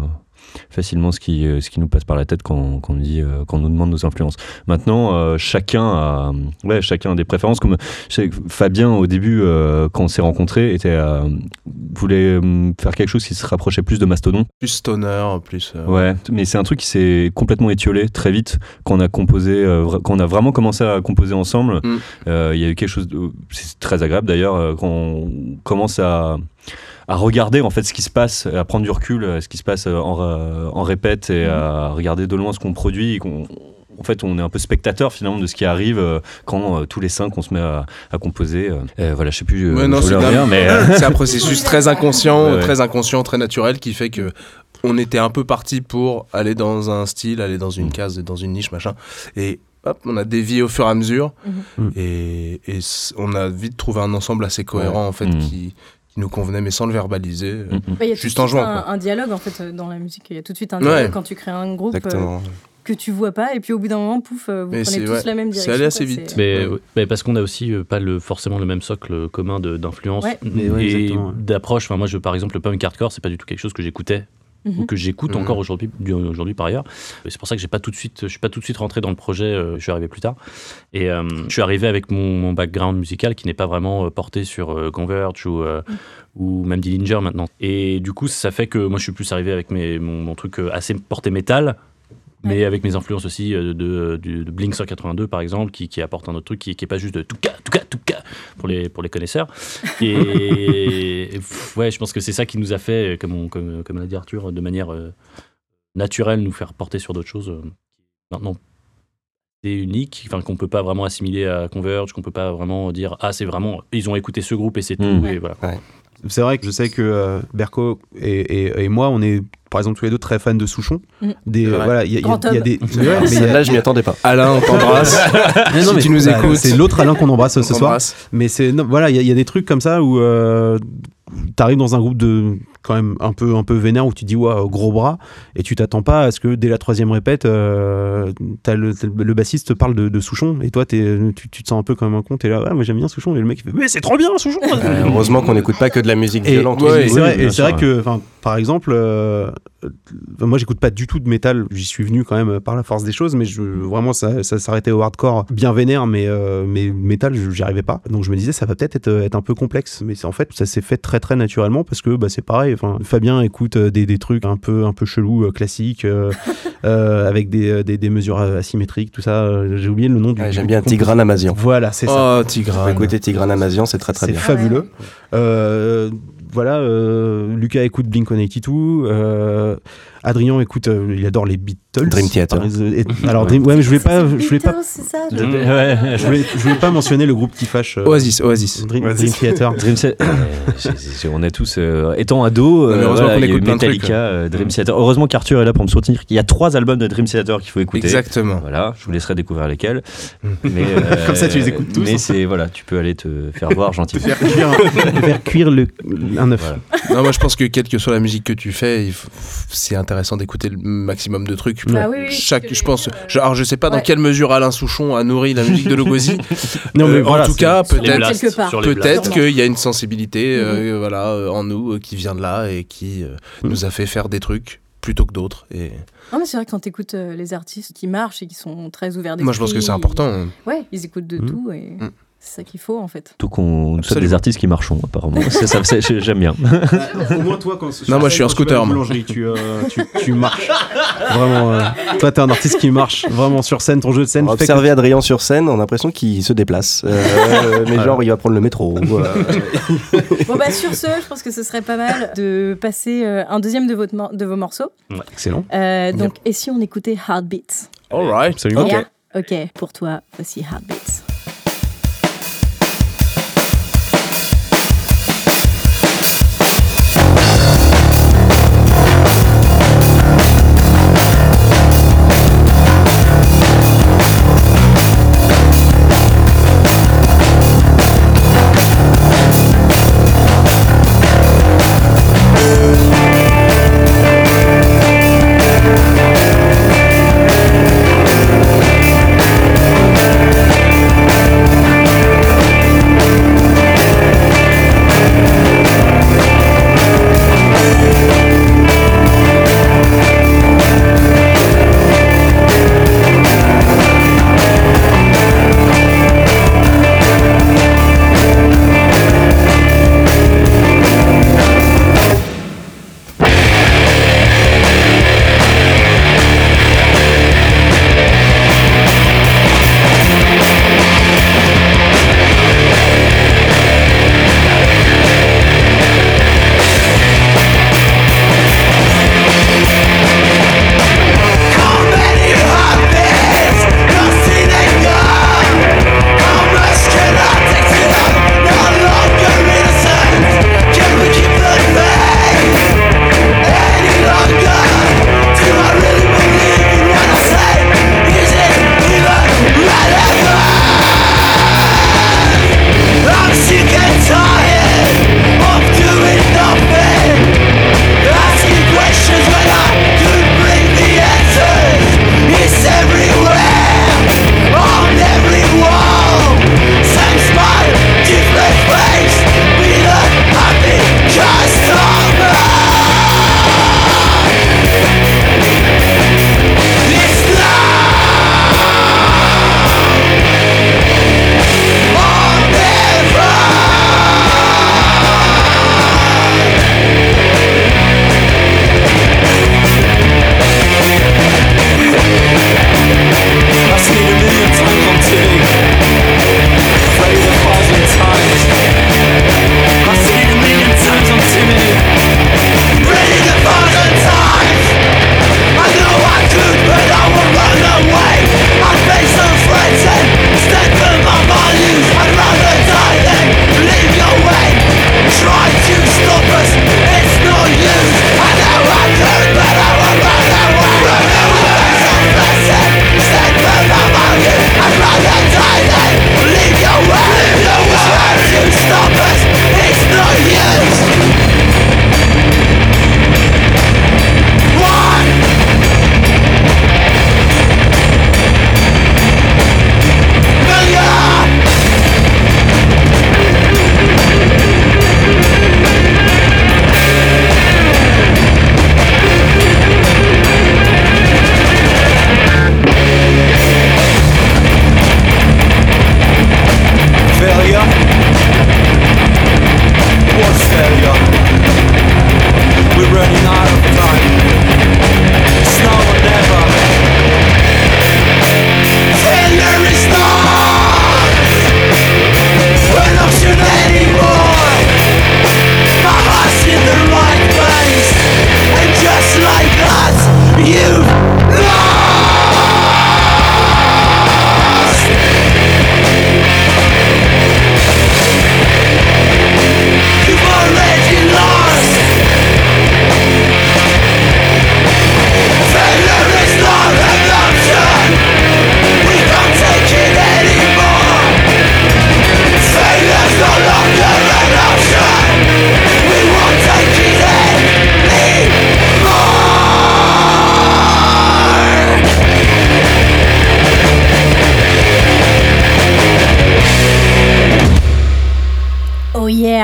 facilement ce qui, ce qui nous passe par la tête quand, quand, on, dit, euh, quand on nous demande nos influences. Maintenant, euh, chacun, a, ouais, chacun a des préférences. Comme Fabien, au début, euh, quand on s'est rencontrés, était, euh, voulait faire quelque chose qui se rapprochait plus de Mastodon. Plus stoner, plus... Euh... Ouais, mais c'est un truc qui s'est complètement étiolé très vite quand on a composé, euh, quand on a vraiment commencé à composer ensemble. Il mm. euh, y a eu quelque chose, de, c'est très agréable d'ailleurs, euh, quand on commence à à regarder en fait ce qui se passe, à prendre du recul, ce qui se passe en, en répète et à regarder de loin ce qu'on produit et qu'on en fait, on est un peu spectateur finalement de ce qui arrive euh, quand euh, tous les cinq on se met à, à composer. Euh, voilà, je sais plus. Euh, ouais, non, c'est, rien, mais c'est un processus très inconscient, ouais, ouais. très inconscient, très naturel, qui fait que on était un peu parti pour aller dans un style, aller dans une case, dans une niche, machin, et hop, on a dévié au fur et à mesure, mm-hmm. et, et on a vite trouvé un ensemble assez cohérent ouais. en fait, mm-hmm. qui qui nous convenait, mais sans le verbaliser, mm-hmm. bah, juste en jouant. Il y a un, un dialogue en fait dans la musique. Il y a tout de suite un dialogue ouais. quand tu crées un groupe. Exactement. Euh, que tu vois pas, et puis au bout d'un moment, pouf, vous mais prenez tous ouais. la même direction. C'est allé assez vite. C'est... Mais, ouais. mais parce qu'on a aussi euh, pas le, forcément le même socle commun de, d'influence ouais. et ouais, d'approche. Enfin, moi, je, par exemple, le punk hardcore, c'est pas du tout quelque chose que j'écoutais mm-hmm. ou que j'écoute mm-hmm. encore aujourd'hui, aujourd'hui par ailleurs. Et c'est pour ça que j'ai pas tout de suite, je suis pas tout de suite rentré dans le projet. Euh, je suis arrivé plus tard. Et euh, je suis arrivé avec mon, mon background musical qui n'est pas vraiment euh, porté sur euh, Converge ou euh, mm. ou même Dillinger maintenant. Et du coup, ça fait que moi, je suis plus arrivé avec mes, mon, mon truc assez porté métal. Mais avec mes influences aussi de, de, de Blink cent quatre-vingt-deux par exemple, qui, qui apporte un autre truc qui n'est pas juste de tout cas, tout cas, tout cas pour les, pour les connaisseurs. Et, et pff, ouais, je pense que c'est ça qui nous a fait, comme, on, comme, comme l'a dit Arthur, de manière euh, naturelle, nous faire porter sur d'autres choses. Euh, maintenant, c'est unique, enfin, qu'on ne peut pas vraiment assimiler à Converge, qu'on ne peut pas vraiment dire ah, c'est vraiment, ils ont écouté ce groupe et c'est tout. Mmh. Et voilà. Ouais. C'est vrai que je sais que euh, Berko et, et, et moi, on est par exemple tous les deux très fans de Souchon. Mmh. Des, euh, voilà, il y, y, y a des. Ouais, mais celle-là, je m'y attendais pas. Alain, on t'embrasse. non, non, si mais tu nous bah, écoutes. C'est l'autre Alain qu'on embrasse on ce soir. Mais c'est non, voilà, il y, y a des trucs comme ça où euh, t'arrives dans un groupe de quand même un peu un peu vénère où tu dis ouais, gros bras, et tu t'attends pas à ce que dès la troisième répète euh, t'as le, t'as le bassiste parle de, de Souchon et toi t'es, tu, tu te sens un peu comme un con, t'es là ouais moi j'aime bien Souchon, et le mec il fait mais c'est trop bien Souchon. euh, heureusement qu'on n'écoute pas que de la musique violente. Et, ouais, oui, c'est vrai, oui, et c'est sûr, vrai ouais. que enfin par exemple euh, moi j'écoute pas du tout de métal, j'y suis venu quand même par la force des choses, mais je, vraiment ça, ça s'arrêtait au hardcore bien vénère, mais euh, mais métal j'y arrivais pas, donc je me disais ça va peut-être être, être un peu complexe, mais c'est, en fait ça s'est fait très très naturellement parce que bah, c'est pareil, enfin Fabien écoute des, des trucs un peu un peu chelous, euh, classiques, euh, euh, avec des, des, des mesures asymétriques, tout ça. Euh, j'ai oublié le nom du. Ah, j'aime bien Tigran Amazian. Voilà, c'est ça. Oh Tigran. Écoutez Tigran Amazian, c'est très très c'est bien. fabuleux. Euh, voilà, euh, Lucas écoute Blink cent quatre-vingt-deux. Euh, Adrien écoute, euh, il adore les Beatles. Dream Theater. Alors, Dream, ouais, mais je voulais pas, je voulais pas, c'est ça, je, ouais, je voulais, je voulais pas mentionner le groupe qui fâche. Euh, Oasis, Oasis. Dream, Oasis. Dream Theater. Dream Theater. euh, on a tous, euh, étant ados, euh, heureusement voilà, qu'on il y a eu écoute plein de Metallica, trucs, euh, Dream Theater. Heureusement qu'Arthur est là pour me soutenir. Il y a trois albums de Dream Theater qu'il faut écouter. Exactement. Voilà, je vous laisserai découvrir lesquels. Mais, euh, comme ça, tu les écoutes tous. Mais c'est voilà, tu peux aller te faire voir gentiment. Faire cuire, faire cuire le, un œuf. Voilà. Non, moi je pense que quelle que soit la musique que tu fais, il faut, c'est intéressant d'écouter le maximum de trucs. Bah oui, oui, Chaque, je je pense. Je, alors je sais pas ouais. dans quelle mesure Alain Souchon a nourri la musique de Logosi. Non, mais euh, voilà, en tout cas, Sur les peut-être, blasts, sur les peut-être blasts. qu'il y a une sensibilité, euh, Mm-hmm. voilà, euh, en nous euh, qui vient de là et qui euh, Mm. nous a fait faire des trucs plutôt que d'autres. Et Non, mais c'est vrai que quand tu écoutes euh, les artistes qui marchent et qui sont très ouverts d'esprit. moi je pense que c'est important. Ils... Ouais, ils écoutent de Mm. tout et Mm. c'est ça qu'il faut en fait. Tout qu'on soit Absolument. des artistes qui marchent, apparemment. c'est, ça, c'est, j'aime bien. Au moins toi quand Non, moi je suis en scooter. tu, moi. tu, euh, tu, tu marches vraiment. Euh, toi t'es un artiste qui marche vraiment sur scène, ton jeu de scène. On a fait observé Adrien sur scène, on a l'impression qu'il se déplace. Euh, mais genre, il va prendre le métro. ou, euh, Bon bah sur ce, je pense que ce serait pas mal de passer euh, un deuxième de, votre mor- de vos morceaux. que... Excellent. Euh, donc, et si on écoutait Heartbeats? All right. Absolument. Ok. Yeah. Ok, pour toi, voici Heartbeats. Heartbeats.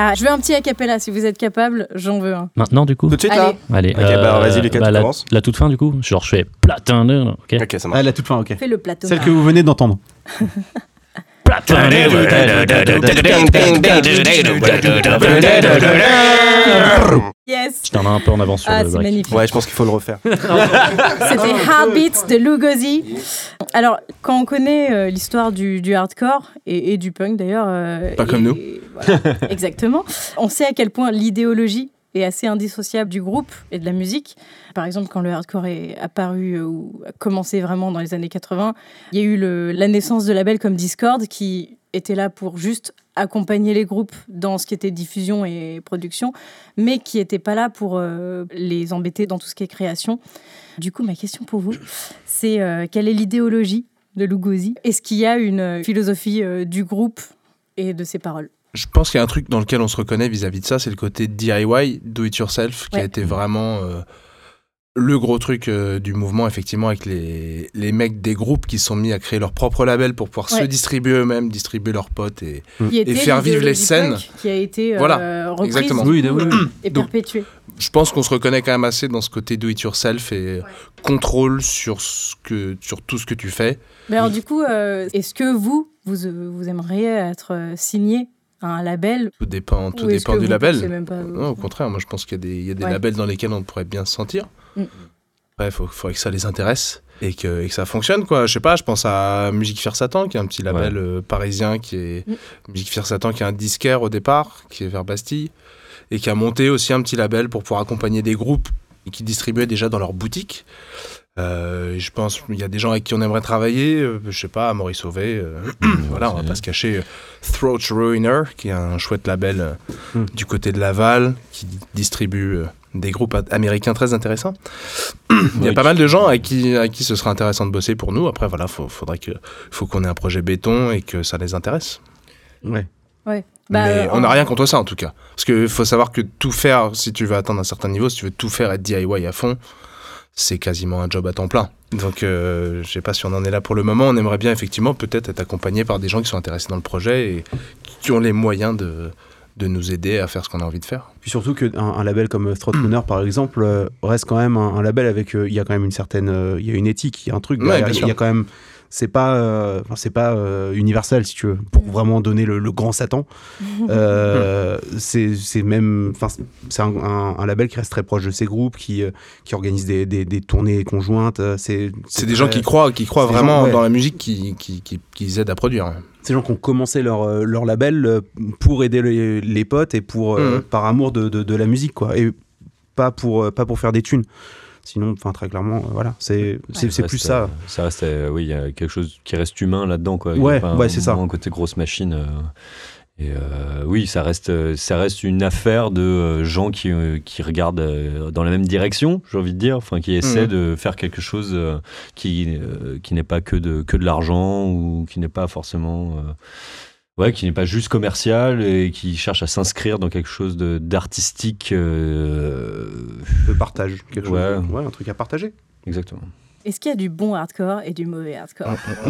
Ah, je veux un petit acapella, si vous êtes capable, j'en veux un. Maintenant, du coup Tout de suite, Allez. là Allez. Ok, bah, vas-y, Lucas, tu la, commences. la toute fin, du coup. Genre, je fais platin de. Ok. Ok, ça marche. Ah, la toute fin, ok. Fais le plateau. Celle que vous venez d'entendre. Platin Yes. Je t'en ai un peu en avance sur Ah, le c'est break. magnifique. Ouais, je pense qu'il faut le refaire. C'était Heartbeats de Lugosi. Alors, quand on connaît euh, l'histoire du, du hardcore et, et du punk d'ailleurs. euh, Pas et- comme nous. et voilà, exactement. On sait à quel point l'idéologie est assez indissociable du groupe et de la musique. Par exemple, quand le hardcore est apparu euh, ou a commencé vraiment dans les années quatre-vingts, il y a eu le, la naissance de labels comme Discord qui étaient là pour juste accompagner les groupes dans ce qui était diffusion et production, mais qui n'étaient pas là pour euh, les embêter dans tout ce qui est création. Du coup, ma question pour vous, c'est euh, quelle est l'idéologie de Lugosi ? Est-ce qu'il y a une philosophie euh, du groupe et de ses paroles ? Je pense qu'il y a un truc dans lequel on se reconnaît vis-à-vis de ça, c'est le côté D I Y, do it yourself, qui Ouais. a été vraiment euh, le gros truc euh, du mouvement, effectivement, avec les, les mecs des groupes qui se sont mis à créer leur propre label pour pouvoir Ouais. se distribuer eux-mêmes, distribuer leurs potes et, Qui était faire vivre les l'idéologie scènes. punk qui a été euh, Voilà, reprise exactement. Oui, oui, oui. et Donc, perpétuée. je pense qu'on se reconnaît quand même assez dans ce côté do it yourself et contrôle sur, ce que, sur tout ce que tu fais. Mais alors du coup, euh, est-ce que vous, vous, euh, vous aimeriez être euh, signé à un label Tout dépend, tout ou est-ce dépend que du vous label. pensez même pas, Non, au contraire, moi je pense qu'il y a des, il y a des Ouais. labels dans lesquels on pourrait bien se sentir. Mm. Après, il faudrait que ça les intéresse et que, et que ça fonctionne, quoi. Je sais pas, je pense à Musique Fier Satan, qui est un petit label euh, parisien, qui est Mm. Musique Fier Satan, qui est un disquaire au départ, qui est vers Bastille, et qui a monté aussi un petit label pour pouvoir accompagner des groupes et qui distribuaient déjà dans leur boutique. Euh, je pense qu'il y a des gens avec qui on aimerait travailler, euh, je sais pas, Maurice Sauvé, euh, voilà, on va pas se cacher. euh, Throat Ruiner, qui est un chouette label euh, Mm. du côté de Laval, qui distribue euh, des groupes a- américains très intéressants. Il y a Ouais, pas tu- mal de gens à qui, à qui ce serait intéressant de bosser pour nous. Après, voilà, faut, faudrait que, faut qu'on ait un projet béton et que ça les intéresse. Ouais. Ouais. Bah, Mais euh, on n'a en- rien contre ça, en tout cas. Parce qu'il faut savoir que tout faire, si tu veux atteindre un certain niveau, si tu veux tout faire être D I Y à fond, c'est quasiment un job à temps plein. Donc, euh, je sais pas si on en est là pour le moment. On aimerait bien, effectivement, peut-être être accompagné par des gens qui sont intéressés dans le projet et qui ont les moyens de, de nous aider à faire ce qu'on a envie de faire. Puis surtout qu'un un label comme Throatrunner, par exemple, euh, reste quand même un, un label avec. euh, Il y a quand même une certaine. euh, Il y a une éthique, il y a un truc. Ouais, derrière. bien Il sûr. y a quand même. C'est pas, euh, enfin, c'est pas euh, universel, si tu veux, pour vraiment donner le, le grand Satan. Euh, c'est c'est même. Enfin, c'est un, un- un label qui reste très proche de ses groupes, qui, euh, qui organise des, des, des tournées conjointes. euh, C'est C'est des gens qui croient, qui croient c'est des vraiment gens, ouais. dans la musique qui, qui, qui, qui les aident à produire. Ces gens qui ont commencé leur, euh, leur label euh, pour aider les, les potes et pour, euh, Mhm. par amour de, de, de la musique, quoi. Et pas pour, euh, pas pour faire des thunes. Sinon, enfin, très clairement, euh, voilà, c'est c'est c'est Ça plus reste, ça. euh, Ça reste, euh, oui, il y a quelque chose qui reste humain là-dedans, quoi. Il y a Ouais, pas ouais, un- c'est ça. Un côté grosse machine. euh, et euh, oui, ça reste, euh, ça reste une affaire de euh, gens qui, euh, qui regardent euh, dans la même direction, j'ai envie de dire, enfin, qui essaient Mhm. de faire quelque chose euh, qui, euh, qui n'est pas que de, que de l'argent ou qui n'est pas forcément. euh, Ouais, qui n'est pas juste commercial et qui cherche à s'inscrire dans quelque chose de- d'artistique. euh, De partage, quelque chose. Ouais. de- ouais, un truc à partager. Exactement. Est-ce qu'il y a du bon hardcore et du mauvais hardcore ?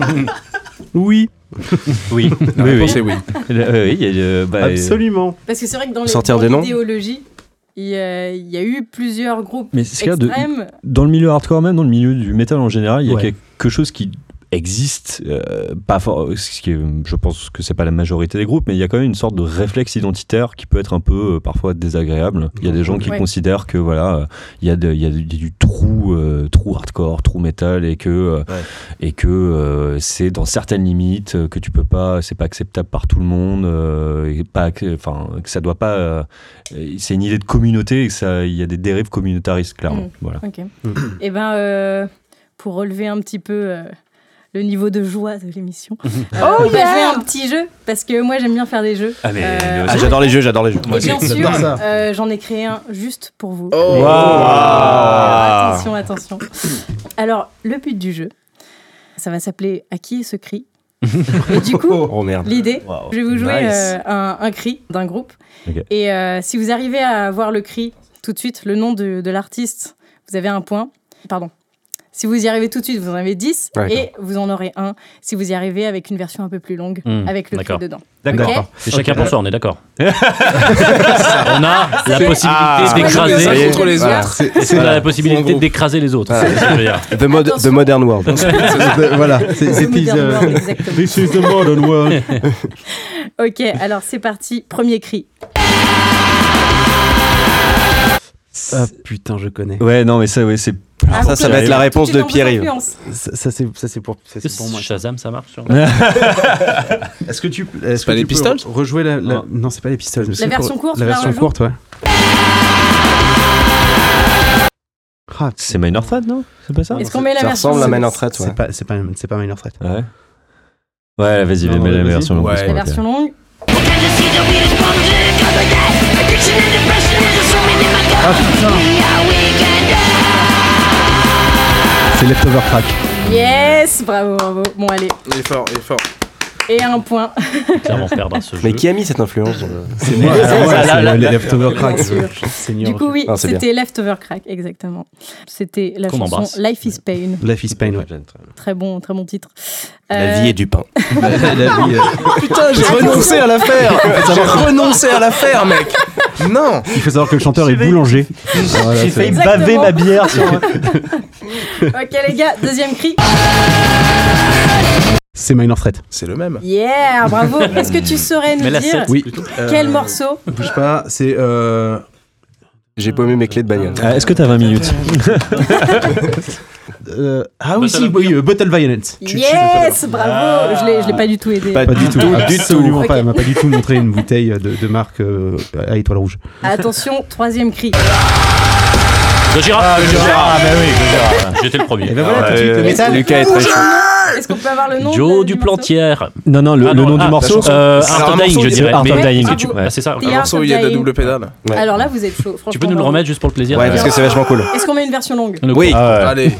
Oui, Oui, La oui, réponse oui. est oui. Euh, oui, il y a, euh, bah, absolument. Parce que c'est vrai que dans les- Sortir dans des noms l'idéologie, il y, a, il y a eu plusieurs groupes Mais c'est clair, de- extrêmes. dans le milieu hardcore, même dans le milieu du métal en général, il y a Ouais. quelque chose qui existe, euh, pas for- ce qui est- je pense que c'est pas la majorité des groupes, mais il y a quand même une sorte de réflexe identitaire qui peut être un peu euh, parfois désagréable. Il y a des gens qui Ouais. considèrent que voilà, euh, il y a, de- il y a du, du true, euh, true hardcore, true metal, et que euh, Ouais. et que euh, c'est dans certaines limites euh, que tu peux pas, c'est pas acceptable par tout le monde, euh, et pas, que- enfin que ça doit pas, euh, c'est une idée de communauté et que ça, il y a des dérives communautaristes clairement. Mm. Voilà. Ok. Et ben, euh, pour relever un petit peu euh, le niveau de joie de l'émission, euh, on va jouer un petit jeu parce que moi j'aime bien faire des jeux. Ah, mais Euh, Ah, j'adore les jeux, j'adore les jeux. Et bien sûr, j'adore ça. euh, j'en ai créé un juste pour vous. Oh. Alors, Waouh. attention, attention. Alors, le but du jeu, ça va s'appeler À qui est ce cri ? Et du coup, Oh merde. l'idée, je vais vous jouer Nice. euh, un, un cri d'un groupe. Ok. Et euh, si vous arrivez à voir le cri tout de suite, le nom de, de l'artiste, vous avez un point. Pardon. Si vous y arrivez tout de suite, vous en avez dix. Ouais, et vous en aurez un si vous y arrivez avec une version un peu plus longue, Mmh, avec le d'accord. cri dedans. D'accord. Ok. C'est chacun Ok. pour soi, on est d'accord. On a la possibilité Ah, d'écraser. ça y est. contre les Voilà. autres. C'est Voilà. la possibilité Groupe. d'écraser les autres. Voilà. c'est ce que je veux dire. The, mod- Attention. the Modern World. voilà, c'est c'est The Modern euh, World, exactement. This is the modern world. Ok, alors c'est parti. Premier cri. Ah putain, je connais. Ouais, non, mais ça, ouais, c'est. Ah, ça, ça va être la réponse tout est de dans vos Pierre-Yves. influences. Ça, ça, c'est ça c'est pour ça, c'est pour moi. Shazam, ça marche sur Est-ce que tu est-ce pas que les tu peux Pistols rejouer la, la- Non. non, c'est pas les Pistols. mais c'est version pour- courte, La tu la version rejoues courte, ouais. Ah, C'est Minor Threat, non? C'est pas ça? Est-ce qu'on met la Ça version ressemble à longue Minor Threat, ouais. c'est pas c'est pas c'est pas Minor Threat. Ouais. Ouais, vas-y, Non, mets la vas-y. version longue. Ouais. c'est La pas ok. version longue. C'est Leftover Crack. Yes, bravo, bravo. Bon, allez. Il est fort, il est fort. Et un point. clairement perdre à ce jeu. Mais qui a mis cette influence dans le- C'est moi. Ouais, Ah ouais, là, c'est là, le là, Leftover Crack. bien sûr. je- je seigneur. Du coup, oui, Ah, c'est c'était Leftover Crack, exactement. C'était la Qu'on chanson embrasse. Life is Pain. Life is Pain, ouais. Très bon, très bon titre. La Euh, vie est du pain. La- la- la vie, euh, Putain, j'ai renoncé à la faire. J'ai renoncé à la faire, mec. Non. Il faut savoir que le chanteur est boulanger. Voilà, J'ai c'est- failli Exactement. baver ma bière sur un. Ok, les gars, deuxième cri. C'est Minor Threat. C'est le même. Yeah, bravo. Est-ce que tu saurais nous Mais la dire sept, Oui. plutôt. quel Euh, morceau Bouge pas, c'est. Euh... J'ai paumé mes clés de bagnole. Ah, Est-ce que t'as vingt minutes? euh, Ah oui, Bottle si, of oui, euh, Bottle Violence. Yes, bravo. Je l'ai, je l'ai pas du tout aidé. Pas Pas du tout, du absolument tout. pas. Ok. Elle m'a pas du tout montré une bouteille de, de marque euh, à étoile rouge. Attention, troisième cri. Gojira. Ah, Gojira. Ah, bah oui, Gojira. J'étais le premier. Et ben voilà, tout de suite, le Euh, métal. Lucas est très chaud. Est-ce qu'on peut avoir le nom Joe de- du du morceau Plantière. Non, non, le, Ah le non, nom ah, du morceau. Euh, C'est Art un of Dying, morceau je de dirais. Art mais- of Dying. est-ce que tu- Ah, ah, c'est ça. The Un Art morceau of où il y a de la Dying. double pédale. Ouais. Alors là, vous êtes chaud. Tu peux franchement, nous le bravo. remettre juste pour le plaisir? Ouais, parce que c'est vachement cool. Est-ce qu'on met une version longue Le- Oui. Ah ouais. Allez.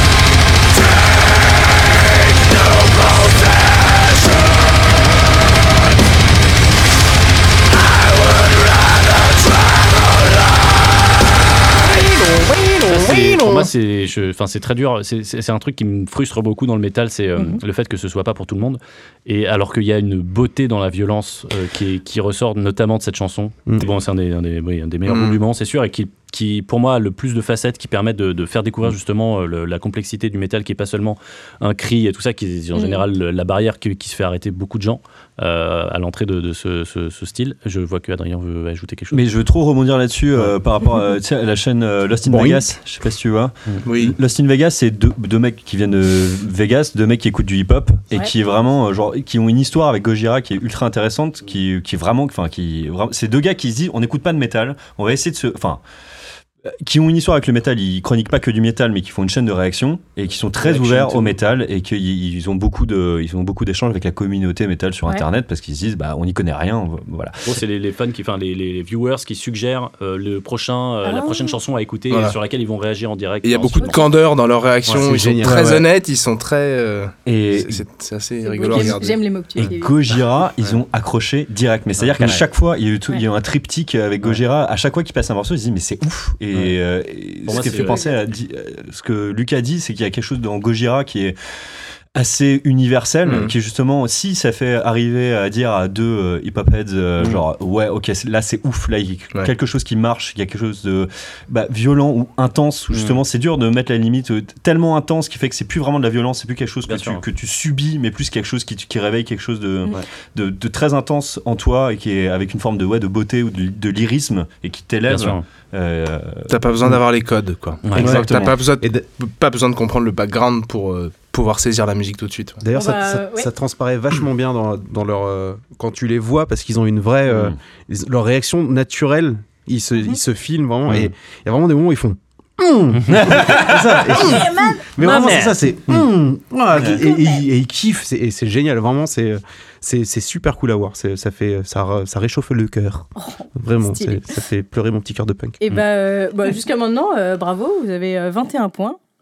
Ça, c'est- pour moi, c'est, je- enfin, c'est très dur. C'est, c'est- c'est un truc qui me frustre beaucoup dans le métal, c'est euh, Mhm. le fait que ce soit pas pour tout le monde. Et alors qu'il y a une beauté dans la violence euh, qui, est- qui ressort notamment de cette chanson. Mhm. Bon, c'est un des, un des, oui, un des meilleurs Mhm. groupes du moment, c'est sûr, et qui, qui, pour moi, a le plus de facettes qui permettent de, de faire découvrir justement euh, le- la complexité du métal, qui est pas seulement un cri et tout ça, qui est en Mhm. général le- la barrière qui, qui se fait arrêter beaucoup de gens euh, à l'entrée de, de ce, ce- ce style. Je vois que Adrien veut ajouter quelque chose. Mais je veux trop rebondir là-dessus euh, par rapport à, tu sais, à la chaîne euh, Lost in Boing. Vegas. Je sais pas si tu vois. Oui. Lost in Vegas, c'est deux, deux mecs qui viennent de Vegas, deux mecs qui écoutent du hip-hop et Ouais. qui est vraiment euh, genre qui ont une histoire avec Gojira qui est ultra intéressante, qui qui est vraiment, enfin qui vraiment- c'est deux gars qui se disent on n'écoute pas de métal, on va essayer de se, enfin euh, qui ont une histoire avec le métal, ils chroniquent pas que du métal, mais qui font une chaîne de réaction et qui sont très Réaction, ouverts tout. au métal et qu'ils ils ont beaucoup de, ils ont beaucoup d'échanges avec la communauté métal sur Ouais. Internet parce qu'ils se disent bah on n'y connaît rien, on- voilà. Bon, c'est les, les fans qui, enfin les, les viewers qui suggèrent euh, le prochain, euh, Ah. la prochaine chanson à écouter Voilà. et sur laquelle ils vont réagir en direct. Et il y a Enfin, beaucoup de sur- candeur dans leurs réactions. Ouais, c'est ils sont génial. très Ouais, ouais. honnêtes, ils sont très. euh, Et c'est- C'est c'est assez C'est rigolo beau. à J'aime- regarder. J'aime les mots que tu Et utilises. Gojira, ils ont accroché direct. Mais c'est-à-dire qu'à Ouais. chaque fois, il y a eu, tout- il y a eu Ouais. un triptyque avec Gojira. À chaque fois qu'il passe un morceau, ils se disent mais c'est ouf. Et, Ouais. euh, et Pour ce moi, qui c'est- fait penser à di- euh, ce que Lucas dit, c'est qu'il y a quelque chose dans Gojira qui est assez universel, Mhm. qui est justement, si ça fait arriver à dire à deux euh, hip-hop heads, euh, Mhm. genre, ouais, ok, c'est- là c'est ouf, là il y a Ouais. quelque chose qui marche, il y a quelque chose de bah, violent ou intense, où Mhm. justement c'est dur de mettre la limite euh, tellement intense qui fait que c'est plus vraiment de la violence, c'est plus quelque chose que Bien tu, sûr. que tu subis, mais plus quelque chose qui, qui réveille quelque chose de, Mhm. de, de très intense en toi et qui est avec une forme de, ouais, de beauté ou de, de lyrisme et qui Bien t'élève. sûr. Euh, T'as pas besoin d'avoir les codes, quoi. Ouais. T'as Exactement. pas besoin, Et d- pas besoin de comprendre le background pour euh, pouvoir saisir la musique tout de suite. ouais. D'ailleurs, Bon, ça, bah, ça- ouais. ça transparaît vachement bien dans, dans leur. euh, quand tu les vois, parce qu'ils ont une vraie. euh, Mm. ils- leur réaction naturelle, ils se, Mhm. ils se filment vraiment. Mm. Et il y a vraiment des moments où ils font. Mm. C'est ça. Et- mais vraiment, c'est ça, c'est. Mm. Voilà, et, et- et- et ils kiffent, c'est, et c'est génial. Vraiment, c'est, c'est, c'est super cool à voir. C'est, ça, fait, ça, re- ça réchauffe le cœur. Vraiment, stylé. c'est- ça fait pleurer mon petit cœur de punk. Et bah, euh, bah, jusqu'à maintenant, euh, bravo, vous avez euh, vingt et un points.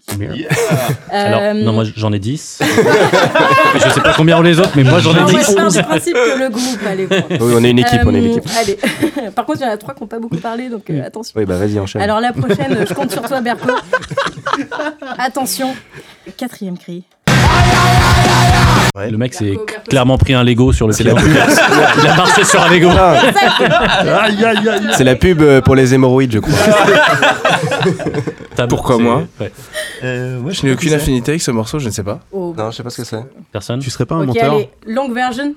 Alors, Euh, non, moi j'en ai dix. Je sais pas combien ont les autres, mais moi j'en ai non, moi, je dix. pars du principe que le groupe a les points. Oui, on est une équipe, on est une Euh, équipe. Allez. Par contre, il y en a trois qui n'ont pas beaucoup parlé, donc euh, attention. Oui, bah vas-y, enchaîne. Alors la prochaine, je compte sur toi, Berko. Attention, quatrième cri. Le mec s'est Berko, Berko. clairement pris un Lego sur le pied. Il a marché sur un Lego. C'est la pub euh, pour les hémorroïdes, je crois. T'as- Pourquoi c'est- moi ouais. Euh, moi, Je n'ai aucune affinité avec ce morceau, je ne sais pas. Oh. Non, je sais pas ce que c'est. Personne. Tu serais pas un Ok, menteur? allez, longue version.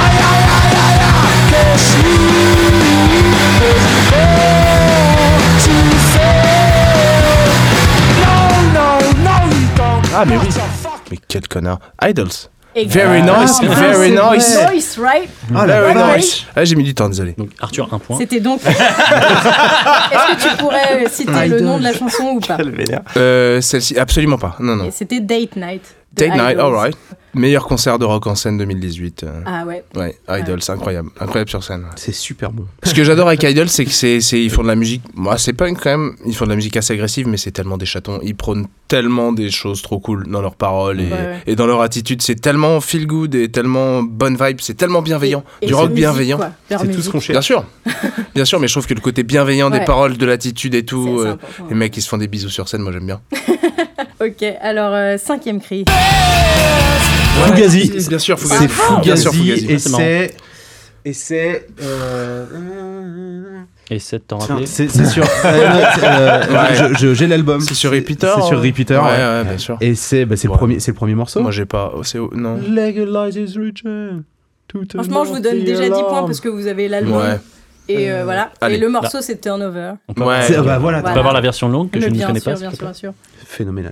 Ah, mais oui. Mais quel connard. Idols. Exact. Very nice, Ah, very c'est nice. vrai. Nice, right? Ah, la Very vache. nice. Ah, j'ai mis du temps, désolé. Donc Arthur, un point. C'était donc. Est-ce que tu pourrais citer le nom de la chanson ou pas? Quel vénère. Euh, celle-ci, absolument pas. Non, non. Et c'était Date Night. de Date Night, Idols. alright. Meilleur concert de rock en scène deux mille dix-huit. euh, Ah ouais. Ouais, Idols, c'est incroyable. Incroyable sur scène. ouais. C'est super bon. Ce que j'adore avec Idols, c'est que c'est, c'est, ils font de la musique. Moi, c'est punk quand même. Ils font de la musique assez agressive, mais c'est tellement des chatons. Ils prônent tellement des choses trop cool dans leurs paroles et, Ouais, ouais. et dans leur attitude. C'est tellement feel good et tellement bonne vibe. C'est tellement bienveillant. Et du leur rock musique, bienveillant. quoi. Leur C'est tout ce musique. qu'on cherche. Bien sûr. Bien sûr, mais je trouve que le côté bienveillant Ouais. des paroles, de l'attitude et tout. C'est- c'est euh, important. les mecs qui se font des bisous sur scène, moi j'aime bien. Ok, alors euh, cinquième cri. Fugazi. Bien sûr, C'est Fugazi. Bien sûr, Fugazi. Fugazi. Et C'est marrant. c'est. Et c'est. euh, Et sept t'en Tiens, rappeler. C'est c'est sur. euh, non, c'est, euh, Ouais. je- je- J'ai l'album. C'est sur Repeater. C'est sur hein Repeater. Ouais, ouais. ouais, bien sûr. Et c'est bah, c'est le Ouais. premier, c'est le premier morceau. Moi j'ai pas. oh, c'est... Non. Legalize his return to the Franchement, je vous donne déjà dix points parce que vous avez l'album. Ouais. Et euh, voilà. allez. Et le morceau, c'est Turnover. On peut, Ouais. C'est- bah, voilà. on peut Voilà. avoir la version longue que Mais je ne bien connais sûr, pas. bien s'il te sûr, plaît. bien sûr. Phénoménal.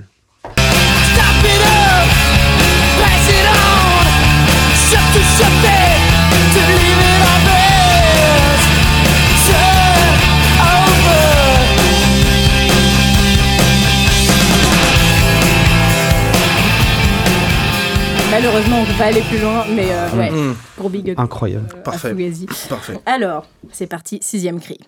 Malheureusement, on ne peut pas aller plus loin, mais euh, ouais, Mhm. gros big up. Incroyable. euh, à Parfait. Fugazi. Parfait. Alors, c'est parti, sixième cri.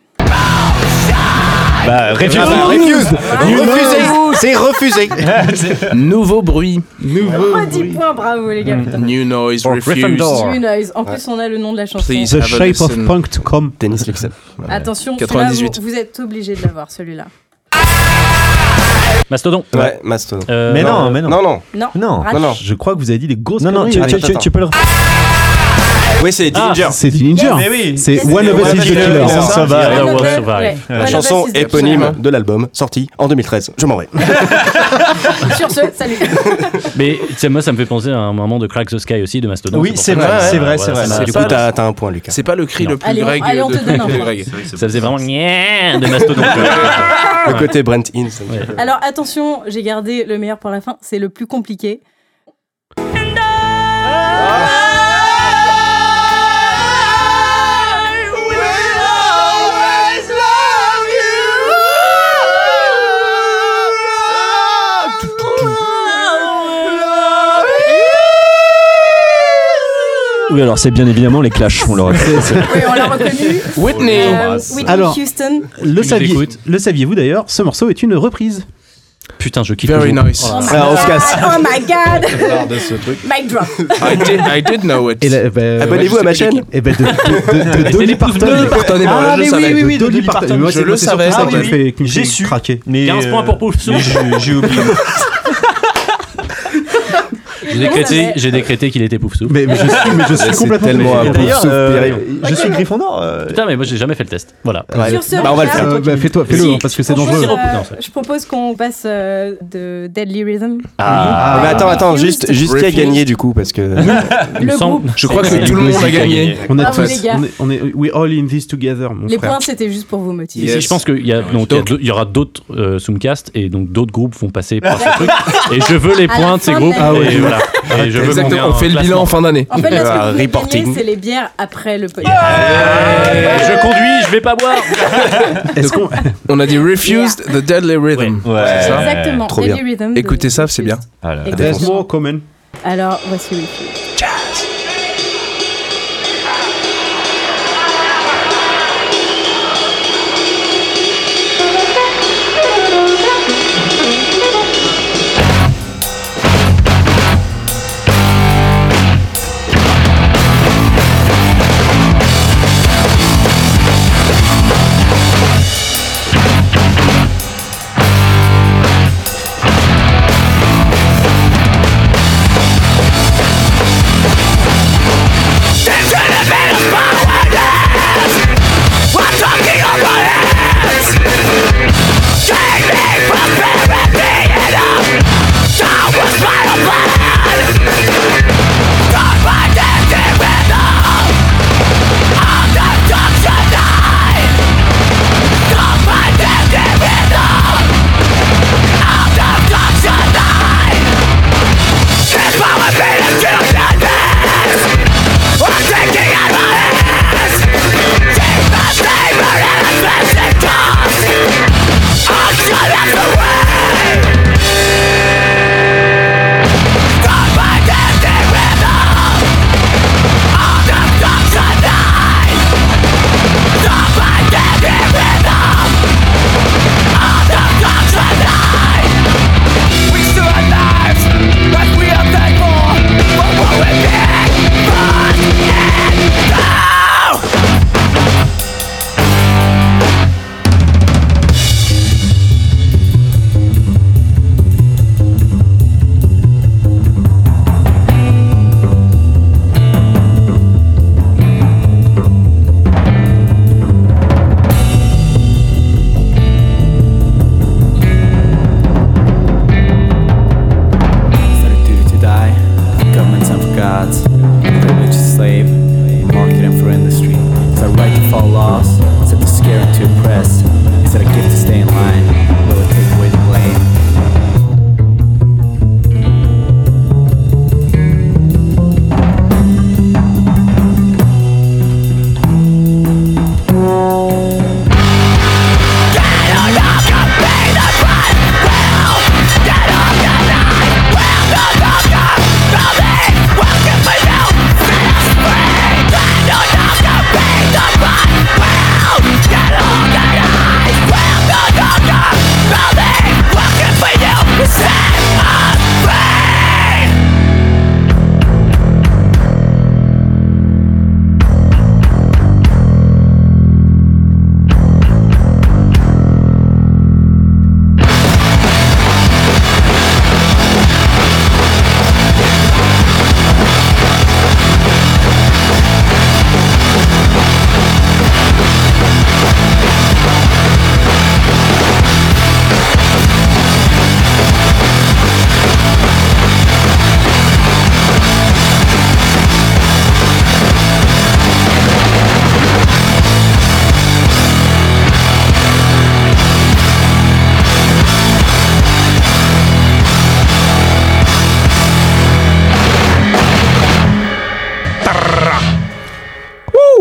Bah, refuse. Refusé. C'est refusé. Nouveau bruit. Nouveau. Oh, dix points, bravo les gars. putain. New noise Pour refused. Gryffindor. New Noise. En plus, on a le nom de la chanson. Please. The Have a shape of listen. punk to come. Dennis Lixen. Attention, celui-là, quatre-vingt-dix-huit. vous, vous êtes obligé de l'avoir, celui-là. Mastodon. Ouais, Mastodon. Euh, Mais non, mais non. Non, non. Non. Non. Rach. Non, non. Je crois que vous avez dit des grosses Non, non, tu, conneries. tu- Allez, tu- attends. tu peux le. Oui, c'est Ah, Dillinger. C'est Dillinger. Mais oui. C'est Yes, One of One Us of is Us the is Killer. the Ça, ça va. One That of was Us- survive. ouais. La One La of chanson Us is the éponyme Killer. de l'album, sorti en deux mille treize. Je m'en vais. Sur ce, salut. Mais tu sais, moi, ça me fait penser à un moment de Crack the Sky aussi de Mastodon. Oui, pour c'est ça vrai, que- c'est vrai, voilà, c'est vrai. ça m'a- C'est Du pas coup, le- t'as t'as un point, Lucas. C'est pas le cri le plus Allez, on- greg allez, on de te donne un de point. Greg. Ça faisait vraiment Nyeh de Mastodon. Le côté Brent Hinds. Ouais. Alors attention, j'ai gardé le meilleur pour la fin, c'est le plus compliqué. Oui, alors c'est bien évidemment les Clash. On l'aura fait. Oui, on l'a reconnu. Whitney. Euh, Whitney Alors, Houston. Le, nous saviez, écoute. le saviez-vous d'ailleurs, ce morceau est une reprise. Putain, je kiffe. Very le jeu. nice. Oh là là. Ah, on se casse. Oh my god. Mic drop. I did, I did know it. Et la- bah, Abonnez-vous ouais, à ma je sais chaîne. Et ben de, de, de, de Dolly les pouces Parton. bleus. Pardonnez-moi, Ah, je mais le oui, savais. oui, oui, de Dolly Dolly Parton. Parton. Moi, Je c'est- le moi, c'est surtout savais. ça Ah qui me oui, fait, qui me J'ai fait su. craquer. Mais quinze euh, points pour Poufsou. mais j'ai- J'ai oublié. J'ai décrété, j'ai décrété qu'il était Poufsou. Mais, mais je suis, mais je suis C'est complètement tellement un désolé. D'ailleurs, Sauf euh, Pierre. je suis Gryffondor. euh, Putain, mais moi, j'ai jamais fait le test. Voilà. Ouais. Sur ce, Bah, on va le Richard, faire. Euh, bah, fais-toi, fais-le, Si. hein, parce que c'est je propose, dangereux. euh, Non, ça- je propose qu'on passe euh, de Deadly Rhythm. Ah, Mais attends, attends, Refused. juste, juste qui a Refused. gagné du coup, parce que. il me Le semble- groupe. Je crois C'est que tout le monde a Glyphosate qui gagné. On a Bravo, tous, les gars. on est, on est, we all in this together, mon Les frère. points, c'était juste pour vous motiver. Yes. Je pense qu'il y, a- donc, il y, a Donc- deux- il y aura d'autres euh, Zoomcast et donc d'autres groupes vont passer par ce truc. Et je veux les À la points de ces fin de groupes. l'année. Et voilà. Et je veux qu'on ait Exactement, un on fait le bilan classement. en fin d'année. En fait, là, ce que Euh, vous pouvez reporting. gagner, c'est les bières après le podcast. Et je conduis, je vais pas boire. Est-ce qu'on. On a dit Refused the Deadly Rhythm. Ouais. C'est ça Exactement. Trop Deadly Rhythm. de- Écoutez ça, c'est bien. Ah là là. Exactement. There's more common. Alors, voici Refused.